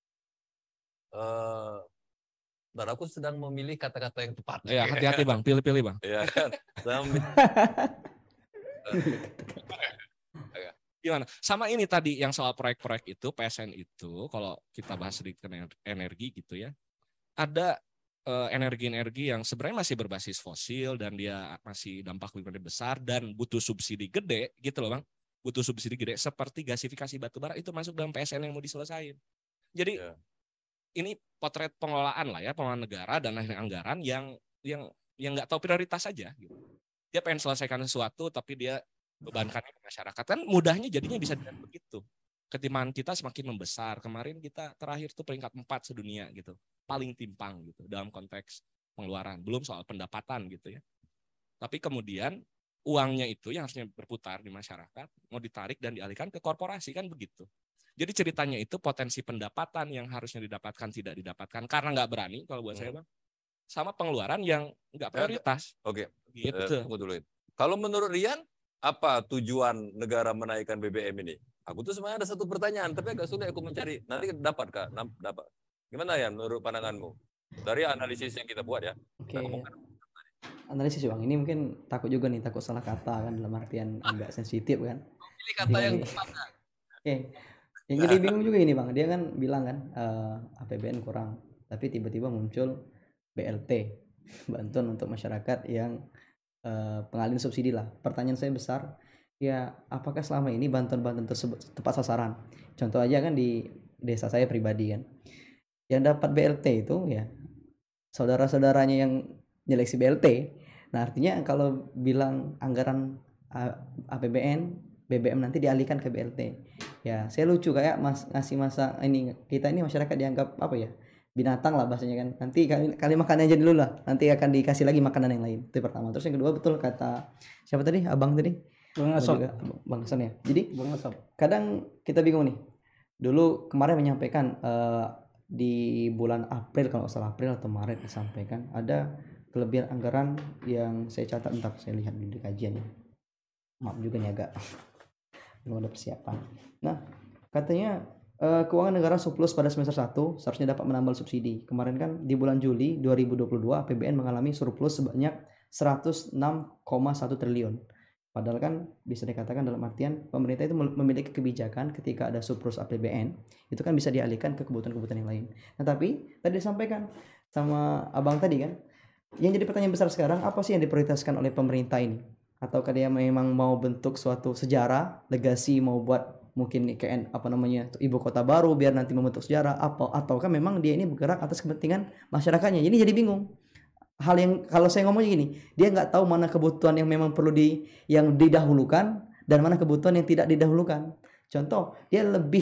dan aku sedang memilih kata-kata yang tepat. Ya, hati-hati Bang, pilih-pilih Bang. Iya kan. Gimana? Sama ini tadi yang soal proyek-proyek itu, PSN itu, kalau kita bahas sedikit energi gitu ya, ada energi-energi yang sebenarnya masih berbasis fosil dan dia masih dampak lebih besar dan butuh subsidi gede gitu loh Bang. Butuh subsidi gede seperti gasifikasi batubara itu masuk dalam PSN yang mau diselesain. Jadi ini potret pengelolaan lah ya, pengelolaan negara dan anggaran yang nggak tahu prioritas saja gitu. Dia pengen selesaikan sesuatu tapi dia bebankannya ke masyarakat. Kan mudahnya jadinya bisa dilihat begitu. Ketimpangan kita semakin membesar. Kemarin kita terakhir tuh peringkat 4 sedunia gitu. Paling timpang gitu dalam konteks pengeluaran. Belum soal pendapatan gitu ya. Tapi kemudian uangnya itu yang harusnya berputar di masyarakat mau ditarik dan dialihkan ke korporasi kan begitu. Jadi ceritanya itu potensi pendapatan yang harusnya didapatkan tidak didapatkan karena nggak berani kalau buat saya Bang. Sama pengeluaran yang nggak prioritas. Oke. Gitu. Tunggu dulu. Kalau menurut Rian, apa tujuan negara menaikkan BBM ini? Aku tuh sebenarnya ada satu pertanyaan, tapi agak sulit aku mencari. Nanti dapat Kak? Dapat. Gimana ya menurut pandanganmu? Dari analisis yang kita buat ya. Oke. Analisis Bang, ini mungkin takut juga nih, takut salah kata kan dalam artian agak sensitif kan. Pilih kata yang tepat. Oke. Yang jadi bingung juga ini Bang, dia kan bilang kan APBN kurang, tapi tiba-tiba muncul BLT, bantuan untuk masyarakat yang pengalihan subsidi lah. Pertanyaan saya besar, ya apakah selama ini bantuan-bantuan tersebut tepat sasaran? Contoh aja kan di desa saya pribadi kan, yang dapat BLT itu ya saudara-saudaranya yang nyeleksi BLT. Nah artinya kalau bilang anggaran APBN, BBM nanti dialihkan ke BLT. Ya saya lucu kayak ngasih masa ini, kita ini masyarakat dianggap apa ya, binatang lah bahasanya kan. Nanti kali makan aja dulu lah, nanti akan dikasih lagi makanan yang lain. Itu pertama. Terus yang kedua, betul kata siapa tadi, abang tadi, Bang Asop. Bang Hasan ya. Jadi Bang Asop, kadang kita bingung nih. Dulu kemarin menyampaikan di bulan April, kalau salah April atau Maret disampaikan ada kelebihan anggaran yang saya catat, entar saya lihat di kajian ya. Maaf juga nih agak belum ada persiapan. Nah katanya keuangan negara surplus pada semester 1 seharusnya dapat menambal subsidi. Kemarin kan di bulan Juli 2022 APBN mengalami surplus sebanyak 106,1 triliun. Padahal kan bisa dikatakan dalam artian pemerintah itu memiliki kebijakan ketika ada surplus APBN itu kan bisa dialihkan ke kebutuhan-kebutuhan yang lain. Nah tapi tadi disampaikan sama abang tadi kan, yang jadi pertanyaan besar sekarang, apa sih yang diprioritaskan oleh pemerintah ini? Ataukah dia memang mau bentuk suatu sejarah, legasi, mau buat mungkin kayak apa namanya ibu kota baru biar nanti membentuk sejarah, ataukah memang dia ini bergerak atas kepentingan masyarakatnya? Ini jadi bingung. Hal yang kalau saya ngomong gini, dia nggak tahu mana kebutuhan yang memang perlu yang didahulukan dan mana kebutuhan yang tidak didahulukan. Contoh, dia lebih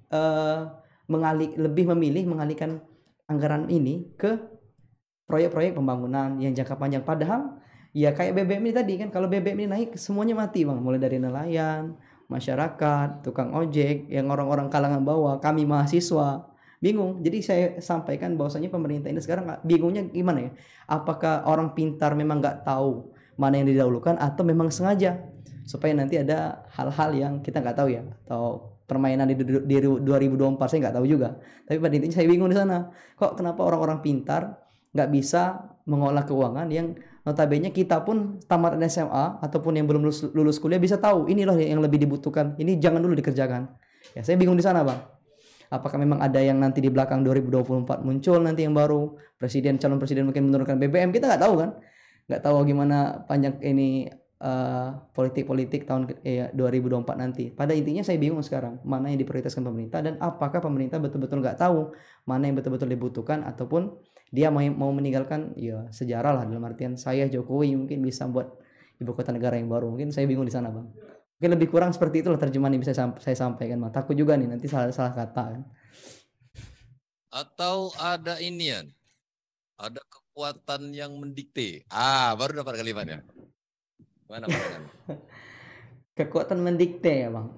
memilih mengalihkan anggaran ini ke proyek-proyek pembangunan yang jangka panjang. Padahal ya kayak BBM ini tadi kan, kalau BBM ini naik semuanya mati bang, mulai dari nelayan, masyarakat, tukang ojek, yang orang-orang kalangan bawah, kami mahasiswa bingung. Jadi saya sampaikan bahwasanya pemerintah ini sekarang bingungnya gimana ya, apakah orang pintar memang nggak tahu mana yang didahulukan atau memang sengaja supaya nanti ada hal-hal yang kita nggak tahu ya, atau permainan di 2024 saya nggak tahu juga. Tapi pada intinya saya bingung di sana, kok kenapa orang-orang pintar nggak bisa mengolah keuangan yang notabene kita pun tamat SMA ataupun yang belum lulus kuliah bisa tahu ini loh yang lebih dibutuhkan, ini jangan dulu dikerjakan. Ya saya bingung di sana bang. Apakah memang ada yang nanti di belakang 2024 muncul nanti yang baru presiden, calon presiden mungkin menurunkan BBM, kita nggak tahu kan, nggak tahu gimana panjang ini politik tahun 2024 nanti. Pada intinya saya bingung sekarang mana yang diprioritaskan pemerintah dan apakah pemerintah betul-betul nggak tahu mana yang betul-betul dibutuhkan ataupun dia mau meninggalkan ya sejarah lah, dalam artian saya Jokowi mungkin bisa buat ibu kota negara yang baru. Mungkin saya bingung di sana bang. Mungkin lebih kurang seperti itulah terjemahan yang bisa saya sampaikan bang. Takut juga nih nanti salah kata kan. Atau ada inian, ada kekuatan yang mendikte. Baru dapat kalimatnya. Mana pandangan? Kekuatan mendikte ya bang.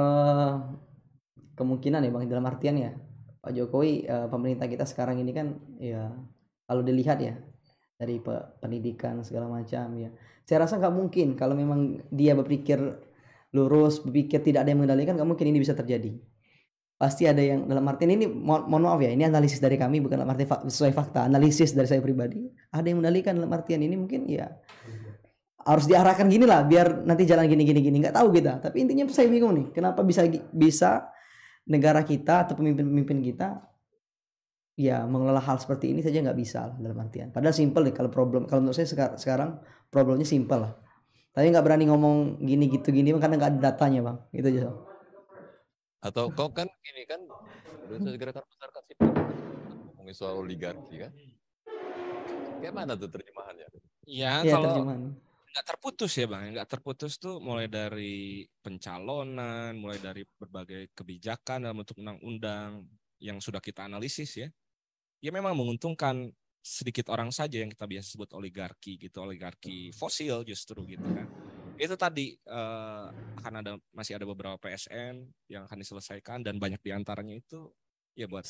Kemungkinan ya bang, dalam artian ya Pak Jokowi, pemerintah kita sekarang ini kan ya kalau dilihat ya dari pendidikan segala macam ya, saya rasa nggak mungkin kalau memang dia berpikir lurus, berpikir tidak ada yang mengendalikan, nggak mungkin ini bisa terjadi. Pasti ada yang, dalam artian ini mohon maaf ya, ini analisis dari kami bukan dalam arti sesuai fakta, analisis dari saya pribadi, ada yang mengendalikan dalam artian ini mungkin ya harus diarahkan gini lah biar nanti jalan gini nggak tahu kita. Tapi intinya saya bingung nih, kenapa bisa negara kita atau pemimpin kita ya mengelola hal seperti ini saja nggak bisa lah, dalam artian. Padahal simple nih kalau menurut saya sekarang problemnya simple lah. Tapi nggak berani ngomong gini karena nggak ada datanya bang, gitu aja. Atau kau kan ini kan gerakan masyarakat sipil ngomongin soal oligarki kan? Kayak mana tuh terjemahannya? Ya kalau nggak terputus ya bang, nggak terputus tuh mulai dari pencalonan, mulai dari berbagai kebijakan dalam bentuk undang-undang yang sudah kita analisis ya. Ya memang menguntungkan sedikit orang saja yang kita biasa sebut oligarki gitu, oligarki fosil justru gitu kan. Itu tadi masih ada beberapa PSN yang akan diselesaikan dan banyak diantaranya itu ya buat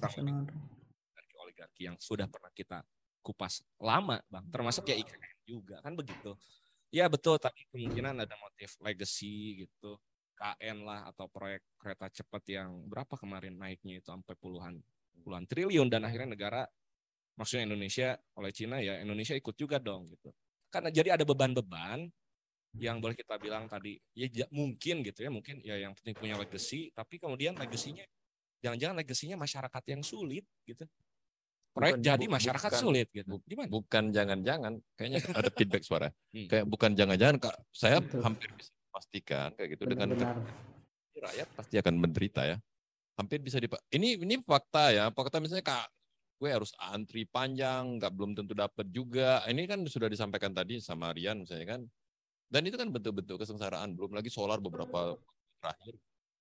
oligarki yang sudah pernah kita kupas lama bang, termasuk ya IKN juga kan begitu. Ya betul, tapi kemungkinan ada motif legacy gitu, KN lah atau proyek kereta cepat yang berapa kemarin naiknya itu sampai puluhan triliun dan akhirnya negara, maksudnya Indonesia oleh Cina ya Indonesia ikut juga dong gitu. Karena jadi ada beban-beban yang boleh kita bilang tadi ya mungkin gitu ya, mungkin ya yang penting punya legacy, tapi kemudian legasinya jangan-jangan legasinya masyarakat yang sulit gitu. proyek jadi masyarakat sulit gitu. Gimana? Bukan jangan-jangan, kayaknya ada feedback suara. Kayak bukan jangan-jangan, Kak. Saya hampir bisa memastikan kayak gitu dengan rakyat pasti akan menderita ya. Hampir bisa ini fakta ya. Fakta misalnya Kak, gue harus antri panjang, belum tentu dapat juga. Ini kan sudah disampaikan tadi sama Rian misalnya kan. Dan itu kan bentuk-bentuk kesengsaraan. Belum lagi solar beberapa terakhir.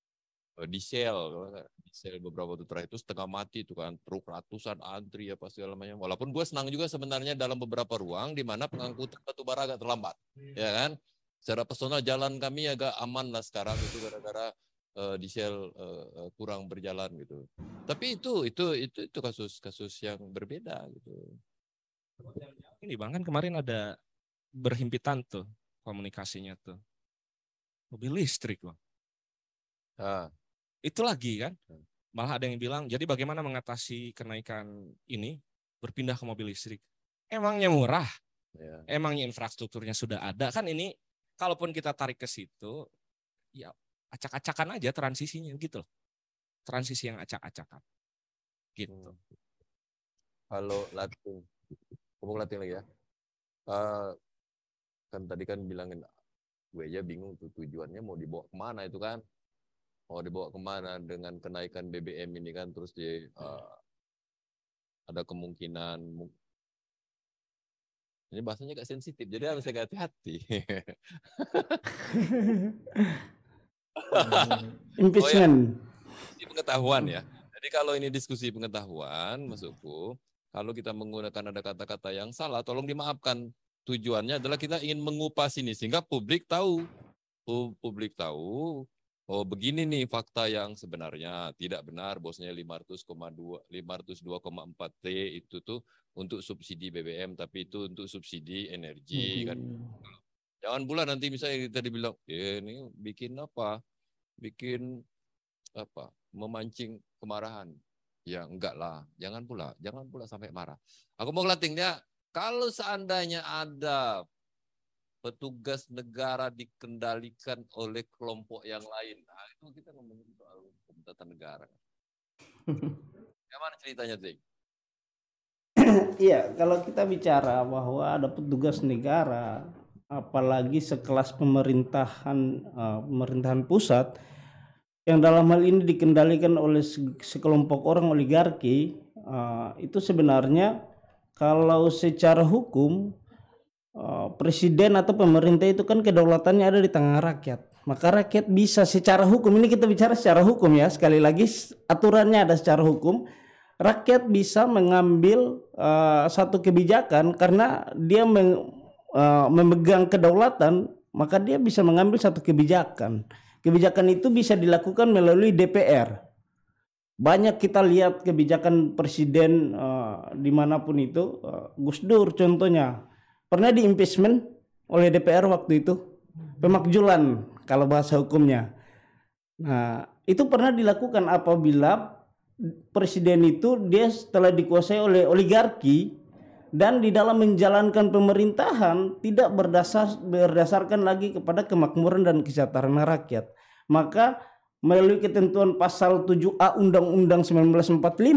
Diesel beberapa waktu terakhir itu setengah mati itu kan, truk ratusan antri apa segala macam. Walaupun gue senang juga sebenarnya dalam beberapa ruang di mana pengangkutan batu bara agak terlambat, ya kan. Secara personal jalan kami agak aman lah sekarang itu gara-gara diesel kurang berjalan gitu. Tapi itu kasus yang berbeda gitu. Ini Bang kan kemarin ada berhimpitan tuh komunikasinya tuh mobil listrik Bang. Itu lagi kan, malah ada yang bilang, jadi bagaimana mengatasi kenaikan ini, berpindah ke mobil listrik. Emangnya murah, emangnya infrastrukturnya sudah ada, kan ini, kalaupun kita tarik ke situ, ya acak-acakan aja transisinya gitu loh. Transisi yang acak-acakan. Gitu. Kalau ngomong Latin lagi ya, kan tadi kan bilangin, gue aja bingung tuh tujuannya mau dibawa kemana itu kan. Mau dibawa kemana dengan kenaikan BBM ini kan, terus ada kemungkinan ini bahasanya agak sensitif jadi harus agak hati-hati. Impeachment. Pengetahuan ya. Jadi kalau ini diskusi pengetahuan, maksudku, kalau kita menggunakan ada kata-kata yang salah, tolong dimaafkan. Tujuannya adalah kita ingin mengupas ini sehingga publik tahu. Oh begini nih fakta yang sebenarnya tidak benar, bosnya 502,4 T itu tuh untuk subsidi BBM, tapi itu untuk subsidi energi kan. Jangan pula nanti misalnya kita dibilang, ini bikin apa? Bikin apa? Memancing kemarahan. Ya enggak lah, jangan pula sampai marah. Aku mau ngelatingnya, kalau seandainya ada petugas negara dikendalikan oleh kelompok yang lain. Nah, itu kita ngomongin soal pemerintahan negara. Gimana ceritanya, Zing? Iya, kalau kita bicara bahwa ada petugas negara, apalagi sekelas pemerintahan pusat, yang dalam hal ini dikendalikan oleh sekelompok orang oligarki, itu sebenarnya kalau secara hukum, presiden atau pemerintah itu kan kedaulatannya ada di tangan rakyat. Maka rakyat bisa secara hukum, ini kita bicara secara hukum ya, sekali lagi aturannya ada secara hukum, rakyat bisa mengambil satu kebijakan karena dia memegang kedaulatan, maka dia bisa mengambil satu kebijakan. Kebijakan itu bisa dilakukan melalui DPR. Banyak kita lihat kebijakan presiden dimanapun itu, Gus Dur contohnya, pernah di-impeachment oleh DPR waktu itu, pemakjulan kalau bahasa hukumnya. Nah, itu pernah dilakukan apabila presiden itu dia setelah dikuasai oleh oligarki dan di dalam menjalankan pemerintahan tidak berdasarkan lagi kepada kemakmuran dan kesejahteraan rakyat. Maka melalui ketentuan pasal 7A Undang-Undang 1945,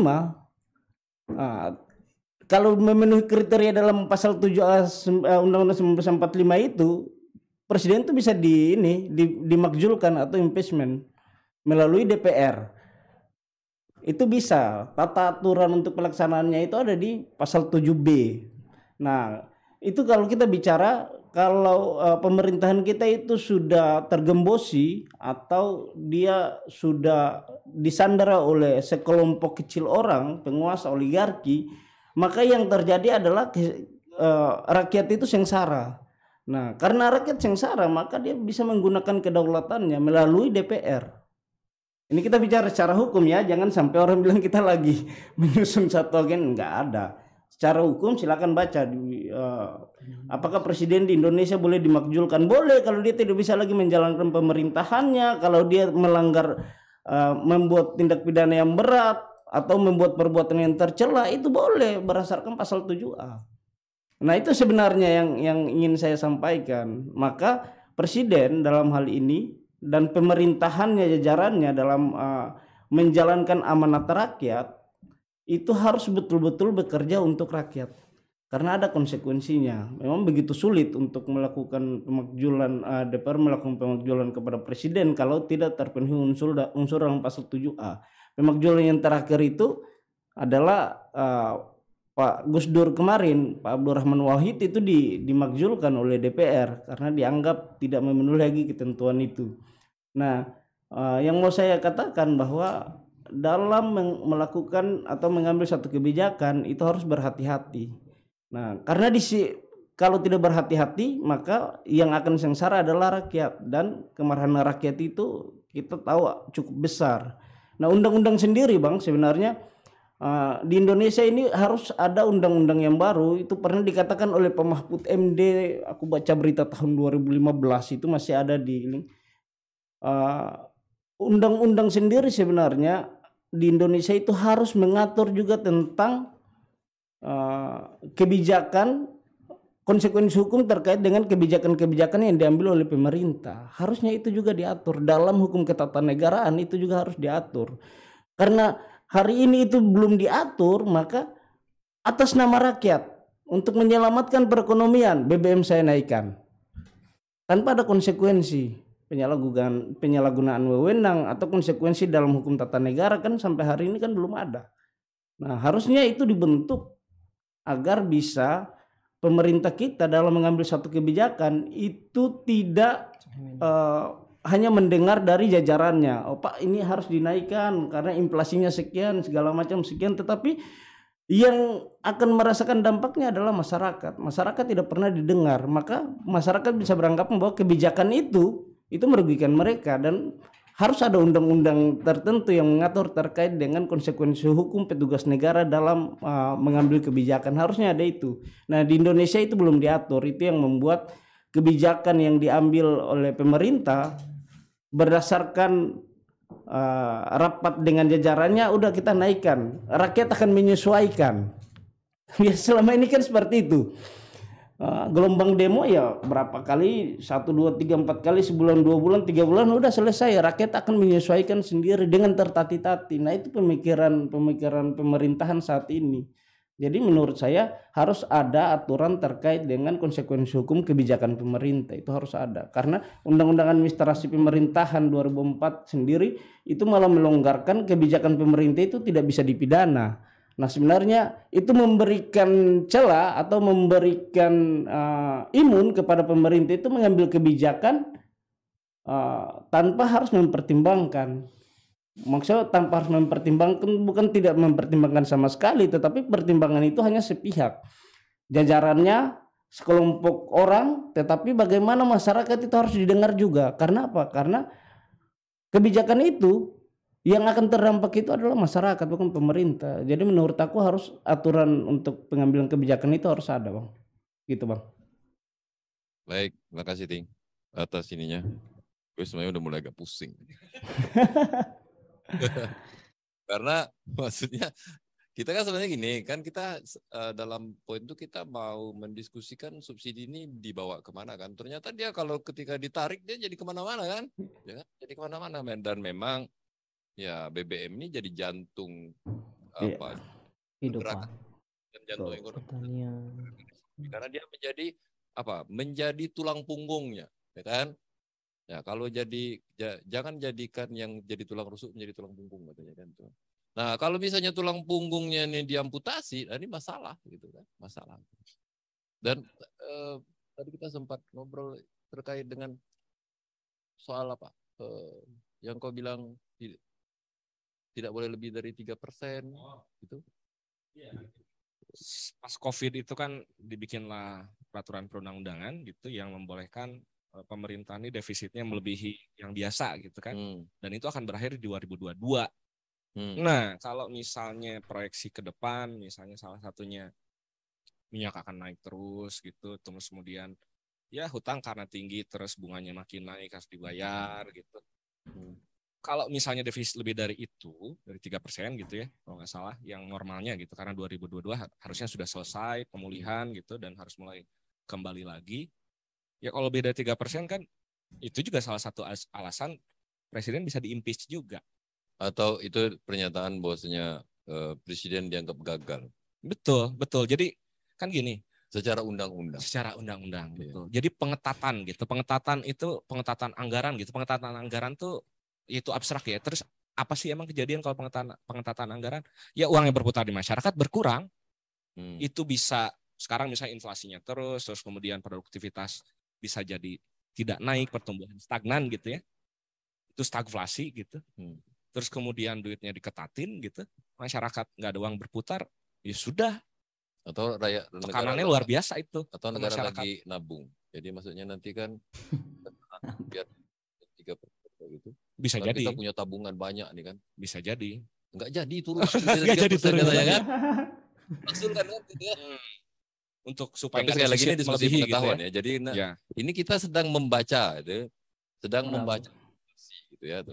kalau memenuhi kriteria dalam pasal 7A Undang-Undang 1945 itu, presiden itu bisa dimakjulkan atau impeachment melalui DPR. Itu bisa. Tata aturan untuk pelaksanaannya itu ada di pasal 7B. Nah, itu kalau kita bicara kalau pemerintahan kita itu sudah tergembosi atau dia sudah disandera oleh sekelompok kecil orang, penguasa oligarki, maka yang terjadi adalah rakyat itu sengsara. Nah, karena rakyat sengsara, maka dia bisa menggunakan kedaulatannya melalui DPR. Ini kita bicara secara hukum ya, jangan sampai orang bilang kita lagi menyusun satu agen, enggak ada. Secara hukum silakan baca apakah presiden di Indonesia boleh dimakjulkan? Boleh kalau dia tidak bisa lagi menjalankan pemerintahannya, kalau dia melanggar membuat tindak pidana yang berat atau membuat perbuatan yang tercela, itu boleh berdasarkan pasal 7A. Nah, itu sebenarnya yang ingin saya sampaikan. Maka presiden dalam hal ini dan pemerintahannya, jajarannya dalam menjalankan amanat rakyat itu harus betul-betul bekerja untuk rakyat. Karena ada konsekuensinya. Memang begitu sulit untuk melakukan pemakzulan, DPR melakukan pemakzulan kepada presiden kalau tidak terpenuhi unsur dalam pasal 7A. Pemakzulan yang terakhir itu adalah Pak Gus Dur kemarin, Pak Abdurrahman Wahid itu dimakzulkan oleh DPR karena dianggap tidak memenuhi lagi ketentuan itu. Nah, yang mau saya katakan bahwa dalam melakukan atau mengambil satu kebijakan itu harus berhati-hati. Nah, karena kalau tidak berhati-hati maka yang akan sengsara adalah rakyat, dan kemarahan rakyat itu kita tahu cukup besar. Nah, undang-undang sendiri Bang sebenarnya di Indonesia ini harus ada undang-undang yang baru. Itu pernah dikatakan oleh Pak Mahfud MD, aku baca berita tahun 2015 itu masih ada di undang-undang sendiri sebenarnya di Indonesia itu harus mengatur juga tentang kebijakan, konsekuensi hukum terkait dengan kebijakan-kebijakan yang diambil oleh pemerintah. Harusnya itu juga diatur dalam hukum ketatanegaraan, itu juga harus diatur. Karena hari ini itu belum diatur, maka atas nama rakyat untuk menyelamatkan perekonomian BBM saya naikkan tanpa ada konsekuensi penyalahgunaan wewenang atau konsekuensi dalam hukum tata negara, kan sampai hari ini kan belum ada. Nah, harusnya itu dibentuk agar bisa pemerintah kita dalam mengambil satu kebijakan itu tidak hanya mendengar dari jajarannya, oh Pak ini harus dinaikkan karena inflasinya sekian segala macam sekian, tetapi yang akan merasakan dampaknya adalah masyarakat. Masyarakat tidak pernah didengar, maka masyarakat bisa beranggapan bahwa kebijakan itu merugikan mereka, dan harus ada undang-undang tertentu yang mengatur terkait dengan konsekuensi hukum petugas negara dalam mengambil kebijakan. Harusnya ada itu. Nah, di Indonesia itu belum diatur. Itu yang membuat kebijakan yang diambil oleh pemerintah berdasarkan rapat dengan jajarannya, udah kita naikkan, rakyat akan menyesuaikan. Ya selama ini kan seperti itu. Gelombang demo ya berapa kali, 1, 2, 3, 4 kali, sebulan, 2 bulan, 3 bulan udah selesai. Rakyat akan menyesuaikan sendiri dengan tertati-tati. Nah, itu pemikiran pemerintahan saat ini. Jadi menurut saya harus ada aturan terkait dengan konsekuensi hukum kebijakan pemerintah, itu harus ada. Karena Undang-Undang Administrasi Pemerintahan 2004 sendiri itu malah melonggarkan kebijakan pemerintah itu tidak bisa dipidana. Nah, sebenarnya itu memberikan celah atau memberikan imun kepada pemerintah itu mengambil kebijakan tanpa harus mempertimbangkan. Maksudnya tanpa harus mempertimbangkan, bukan tidak mempertimbangkan sama sekali, tetapi pertimbangan itu hanya sepihak. Jajarannya sekelompok orang, tetapi bagaimana masyarakat itu harus didengar juga. Karena apa? Karena kebijakan itu yang akan terdampak itu adalah masyarakat, bukan pemerintah. Jadi menurut aku harus aturan untuk pengambilan kebijakan itu harus ada, Bang. Gitu, Bang. Baik, terima kasih Ting atas ininya. Gue sebenarnya udah mulai agak pusing. Karena maksudnya kita kan sebenarnya gini, kan kita dalam poin itu kita mau mendiskusikan subsidi ini dibawa kemana kan. Ternyata dia kalau ketika ditarik dia jadi kemana-mana kan. Ya, jadi kemana-mana. Dan memang ya BBM ini jadi jantung apa kehidupan dan jantung ekonomi. Karena dia menjadi tulang punggungnya, ya kan? Ya, kalau jangan jadikan yang jadi tulang rusuk menjadi tulang punggung katanya kan tuh. Nah, kalau misalnya tulang punggungnya ini diamputasi, ini masalah gitu kan, masalah. Dan tadi kita sempat ngobrol terkait dengan soal apa? Yang kau bilang tidak boleh lebih dari 3% gitu. Iya. Pas COVID itu kan dibikinlah peraturan perundang-undangan gitu yang membolehkan pemerintah ini defisitnya melebihi yang biasa gitu kan. Dan itu akan berakhir di 2022. Nah, kalau misalnya proyeksi ke depan, misalnya salah satunya minyak akan naik terus gitu, terus kemudian ya hutang karena tinggi terus bunganya makin naik harus dibayar gitu. Kalau misalnya defisit lebih dari itu, dari 3% gitu ya, kalau nggak salah, yang normalnya gitu, karena 2022 harusnya sudah selesai pemulihan gitu dan harus mulai kembali lagi. Ya kalau lebih dari 3% kan itu juga salah satu alasan presiden bisa di-impeach juga. Atau itu pernyataan bahwasanya presiden dianggap gagal Betul. Jadi kan gini, secara undang-undang. Betul. Jadi pengetatan gitu. Pengetatan anggaran gitu. Pengetatan anggaran tuh itu abstrak ya. Terus apa sih emang kejadian kalau pengetatan anggaran? Ya uang yang berputar di masyarakat berkurang. Itu bisa sekarang misalnya inflasinya terus kemudian produktivitas bisa jadi tidak naik, pertumbuhan stagnan gitu ya. Itu stagflasi gitu. Terus kemudian duitnya diketatin gitu. Masyarakat nggak ada uang berputar, ya sudah. Atau tekanannya luar biasa itu. Atau negara lagi nabung. Jadi maksudnya nanti kan biar 3% gitu. Bisa jadi. Kita punya tabungan banyak nih kan. Bisa jadi. Enggak jadi turun. Enggak jadi turun kan. Maksud kan gitu ya. Untuk supaya sekali lagi ini diskusi pengetahuan gitu ya. Jadi ini kita sedang membaca gitu. Membaca gitu ya.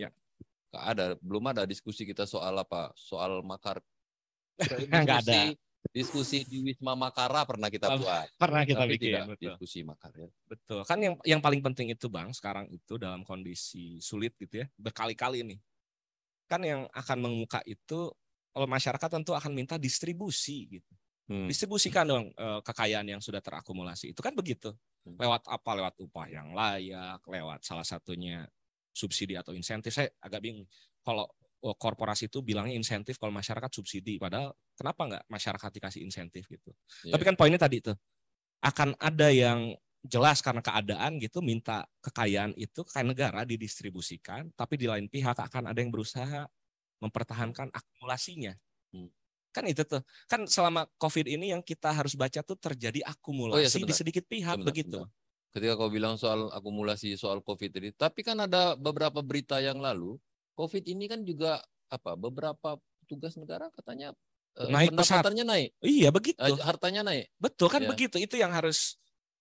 Belum ada diskusi kita soal apa? Soal makar. Enggak ada. Diskusi di Wisma Makara pernah kita buat. Pernah kita bikin. Diskusi makar ya. Betul. Kan yang paling penting itu Bang, sekarang itu dalam kondisi sulit gitu ya, berkali-kali nih. Kan yang akan mengemuka itu kalau masyarakat tentu akan minta distribusi gitu. Distribusikan dong kekayaan yang sudah terakumulasi. Itu kan begitu. Lewat apa? Lewat upah yang layak, lewat salah satunya subsidi atau insentif. Saya agak bingung. Kalau korporasi itu bilangnya insentif, kalau masyarakat subsidi. Padahal kenapa nggak masyarakat dikasih insentif gitu? Yeah. Tapi kan poinnya tadi itu akan ada yang jelas karena keadaan gitu minta kekayaan itu kekayaan negara didistribusikan, tapi di lain pihak akan ada yang berusaha mempertahankan akumulasinya. Kan itu tuh. Kan selama COVID ini yang kita harus baca tuh terjadi akumulasi di sedikit pihak begitu. Ketika kau bilang soal akumulasi soal COVID ini, tapi kan ada beberapa berita yang lalu COVID ini kan juga beberapa petugas negara katanya naik pendapatannya naik. Iya begitu. Hartanya naik. Betul kan begitu. Itu yang harus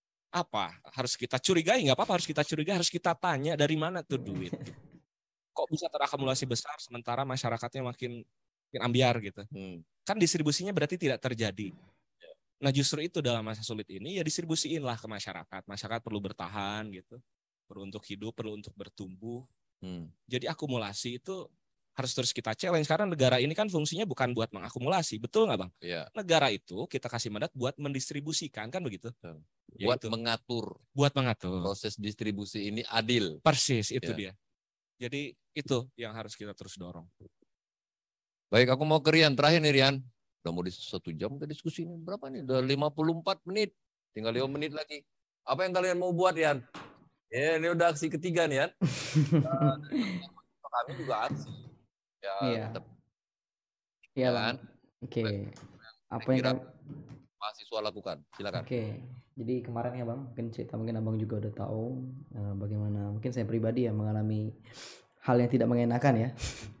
harus kita curigai, nggak apa-apa harus kita curigai, harus kita tanya dari mana tuh duit. Kok bisa terakumulasi besar sementara masyarakatnya makin ambiar gitu. Kan distribusinya berarti tidak terjadi. Nah justru itu dalam masa sulit ini ya distribusiinlah ke masyarakat. Masyarakat perlu bertahan gitu. Perlu untuk hidup, perlu untuk bertumbuh. Jadi akumulasi itu harus terus kita challenge karena negara ini kan fungsinya bukan buat mengakumulasi, betul nggak Bang? Iya. Negara itu kita kasih mandat buat mendistribusikan kan begitu? Buat mengatur. Buat mengatur. Proses distribusi ini adil. Persis itu dia. Jadi itu yang harus kita terus dorong. Baik, aku mau ke Rian terakhir nih Rian. Udah mau di 1 jam kita diskusi ini. Berapa nih? Udah 54 menit. Tinggal 5 menit lagi. Apa yang kalian mau buat Rian? Ini udah aksi ketiga nih Rian. Kami juga aksi. Iya Bang. Oke. Apa yang mahasiswa lakukan? Silakan. Oke. Jadi kemarin ya Bang, mungkin Abang juga udah tahu bagaimana mungkin saya pribadi ya mengalami hal yang tidak mengenakan ya.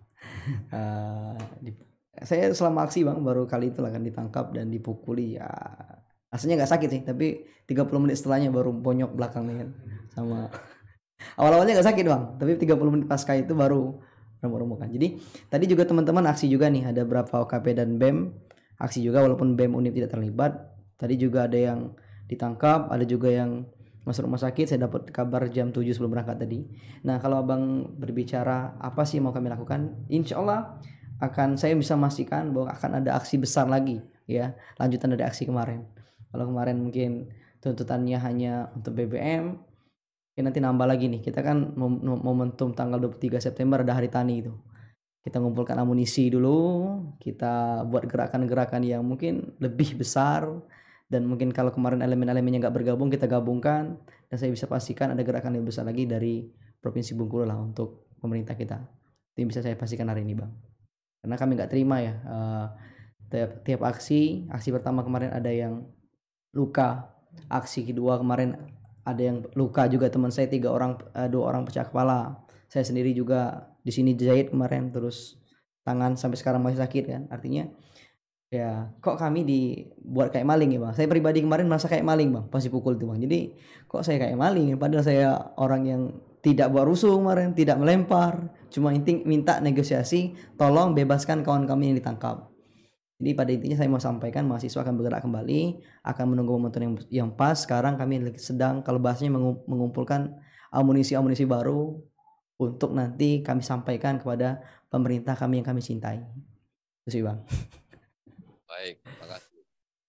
Saya selama aksi Bang baru kali itu lah kan ditangkap dan dipukuli ya. Aslinya nggak sakit sih, tapi 30 menit setelahnya baru bonyok belakangnya kan. Sama awal-awalnya nggak sakit Bang, tapi 30 menit pasca itu baru remuk-remukan. Jadi tadi juga teman-teman aksi juga nih, ada berapa OKP dan BEM aksi juga walaupun BEM Unip tidak terlibat. Tadi juga ada yang ditangkap, ada juga yang masuk rumah sakit. Saya dapat kabar jam 7 sebelum berangkat tadi. Nah kalau Abang berbicara apa sih mau kami lakukan, insya Allah saya bisa memastikan bahwa akan ada aksi besar lagi ya, lanjutan dari aksi kemarin. Kalau kemarin mungkin tuntutannya hanya untuk BBM, ya nanti nambah lagi nih. Kita kan momentum tanggal 23 September ada Hari Tani itu. Kita ngumpulkan amunisi dulu, kita buat gerakan-gerakan yang mungkin lebih besar. Dan mungkin kalau kemarin elemen-elemennya nggak bergabung, kita gabungkan. Dan saya bisa pastikan ada gerakan yang besar lagi dari Provinsi Bengkulu lah untuk pemerintah kita. Itu yang bisa saya pastikan hari ini Bang. Karena kami nggak terima ya, tiap aksi pertama kemarin ada yang luka, aksi kedua kemarin ada yang luka juga, teman saya 2 orang pecah kepala, saya sendiri juga di sini jahit kemarin, terus tangan sampai sekarang masih sakit kan. Artinya ya kok kami dibuat kayak maling ya Bang. Saya pribadi kemarin merasa kayak maling Bang pas dipukul itu Bang. Jadi kok saya kayak maling, padahal saya orang yang tidak buat rusuh kemarin, tidak melempar, cuma minta negosiasi, tolong bebaskan kawan kami yang ditangkap. Jadi pada intinya saya mau sampaikan mahasiswa akan bergerak kembali, akan menunggu momentum yang pas. Sekarang kami sedang kalau bahasanya mengumpulkan amunisi baru untuk nanti kami sampaikan kepada pemerintah kami yang kami cintai. Itu sih Bang. Baik, makasih.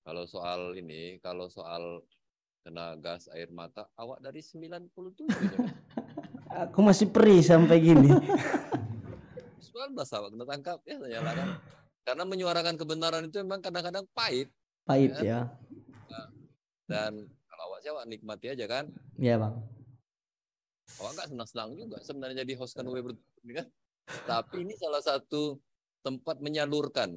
Kalau soal kena gas air mata, awak dari 97 ya. Aku masih perih sampai gini. 19 awak kena tangkap ya, saya nyalakan. Karena menyuarakan kebenaran itu memang kadang-kadang pahit. Pahit kan? ya. Dan kalau awak sih awak nikmati aja kan. Iya Bang. Awak nggak senang-senang juga sebenarnya jadi host kan kan. Tapi ini salah satu tempat menyalurkan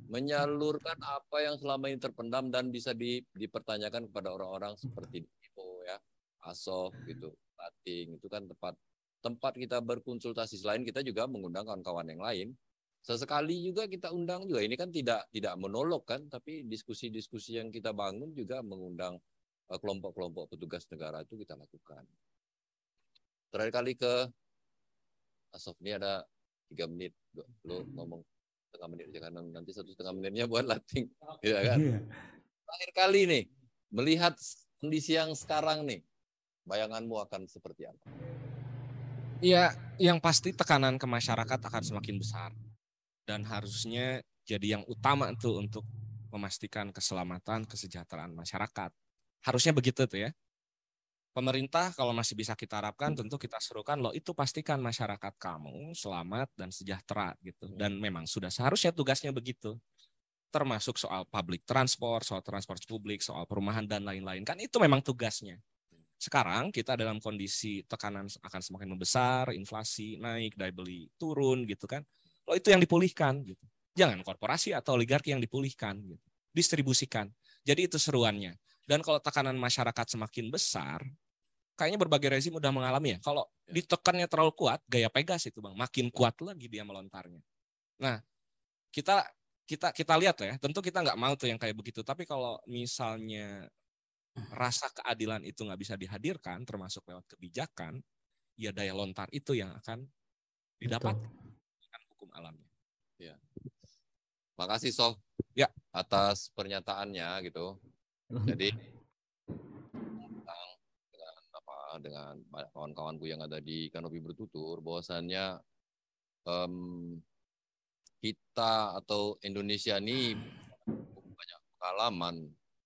apa yang selama ini terpendam dan bisa dipertanyakan kepada orang-orang seperti Dimo ya, Asof gitu, Lating, itu kan tempat kita berkonsultasi. Selain kita juga mengundang kawan-kawan yang lain. Sesekali juga kita undang juga. Ini kan tidak monolog kan, tapi diskusi-diskusi yang kita bangun juga mengundang kelompok-kelompok petugas negara itu kita lakukan. Terakhir kali ke Asof ini ada 3 menit, lo ngomong setengah menit aja karena nanti 1,5 menitnya buat Lating, ya kan? Terakhir kali nih, melihat kondisi yang sekarang nih, bayanganmu akan seperti apa? Ya, yang pasti tekanan ke masyarakat akan semakin besar dan harusnya jadi yang utama tuh untuk memastikan keselamatan, kesejahteraan masyarakat. Harusnya begitu tuh ya. Pemerintah kalau masih bisa kita harapkan tentu kita serukan loh itu pastikan masyarakat kamu selamat dan sejahtera gitu. Dan memang sudah seharusnya tugasnya begitu. Termasuk soal public transport, soal transport publik, soal perumahan dan lain-lain. Kan itu memang tugasnya. Sekarang kita dalam kondisi tekanan akan semakin membesar, inflasi naik, daya beli turun gitu kan. Loh itu yang dipulihkan gitu. Jangan korporasi atau oligarki yang dipulihkan gitu. Distribusikan. Jadi itu seruannya. Dan kalau tekanan masyarakat semakin besar, kayaknya berbagai rezim udah mengalami ya. Kalau ditekannya terlalu kuat, gaya Pegas itu Bang, makin kuat lagi dia melontarnya. Nah, kita lihat ya, tentu kita nggak mau tuh yang kayak begitu. Tapi kalau misalnya rasa keadilan itu nggak bisa dihadirkan, termasuk lewat kebijakan, ya daya lontar itu yang akan didapat dengan hukum alamnya. Ya. Makasih Sof ya atas pernyataannya gitu. Jadi dengan kawan-kawanku yang ada di Kanopi Bertutur, bahwasannya kita atau Indonesia ini banyak pengalaman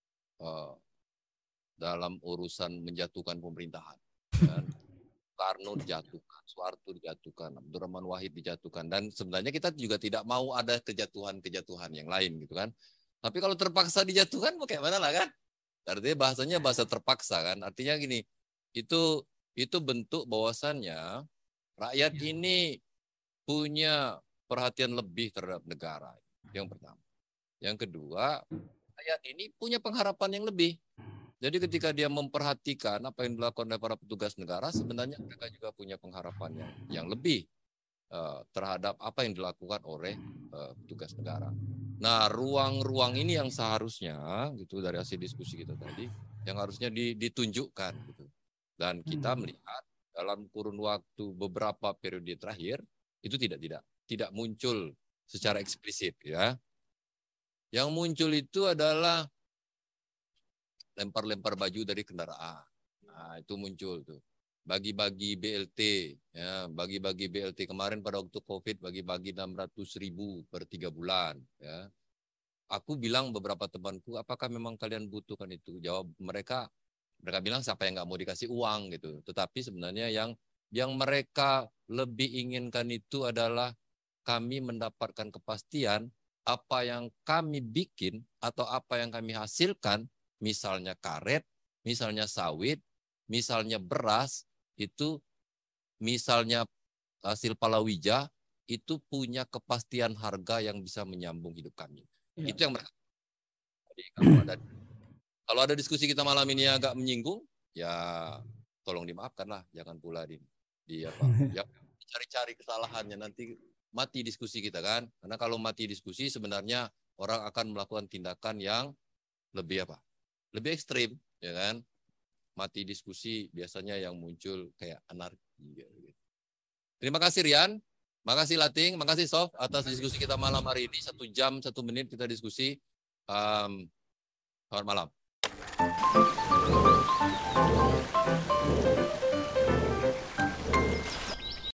dalam urusan menjatuhkan pemerintahan. Dan Soekarno dijatuhkan, Soeharto dijatuhkan, Abdurrahman Wahid dijatuhkan, dan sebenarnya kita juga tidak mau ada kejatuhan-kejatuhan yang lain gitu kan. Tapi kalau terpaksa dijatuhkan, mau kayak mana lah kan? Artinya bahasanya bahasa terpaksa kan. Artinya gini, itu bentuk bahwasannya rakyat ini punya perhatian lebih terhadap negara. Yang pertama. Yang kedua, rakyat ini punya pengharapan yang lebih. Jadi ketika dia memperhatikan apa yang dilakukan oleh para petugas negara, sebenarnya mereka juga punya pengharapan yang lebih terhadap apa yang dilakukan oleh petugas negara. Nah, ruang-ruang ini yang seharusnya gitu dari hasil diskusi kita tadi, yang harusnya ditunjukkan gitu. Dan kita melihat dalam kurun waktu beberapa periode terakhir itu tidak muncul secara eksplisit ya. Yang muncul itu adalah lempar-lempar baju dari kendaraan. Nah, itu muncul tuh. Bagi-bagi BLT ya, bagi-bagi BLT kemarin pada waktu Covid bagi-bagi 600.000 per 3 bulan ya. Aku bilang beberapa temanku, apakah memang kalian butuhkan itu? Jawab mereka bilang siapa yang nggak mau dikasih uang gitu. Tetapi sebenarnya yang mereka lebih inginkan itu adalah kami mendapatkan kepastian apa yang kami bikin atau apa yang kami hasilkan, misalnya karet, misalnya sawit, misalnya beras, itu misalnya hasil palawija, itu punya kepastian harga yang bisa menyambung hidup kami. Ya. Itu yang mereka. Jadi kalau ada diskusi kita malam ini agak menyinggung, ya tolong dimaafkan lah, jangan pula ya cari-cari kesalahannya, nanti mati diskusi kita kan. Karena kalau mati diskusi sebenarnya orang akan melakukan tindakan yang lebih lebih ekstrim, ya kan. Mati diskusi biasanya yang muncul kayak anarki. Gitu. Terima kasih Rian, makasih Lating, makasih Sof atas diskusi kita malam hari ini. 1 jam 1 menit kita diskusi. Selamat malam.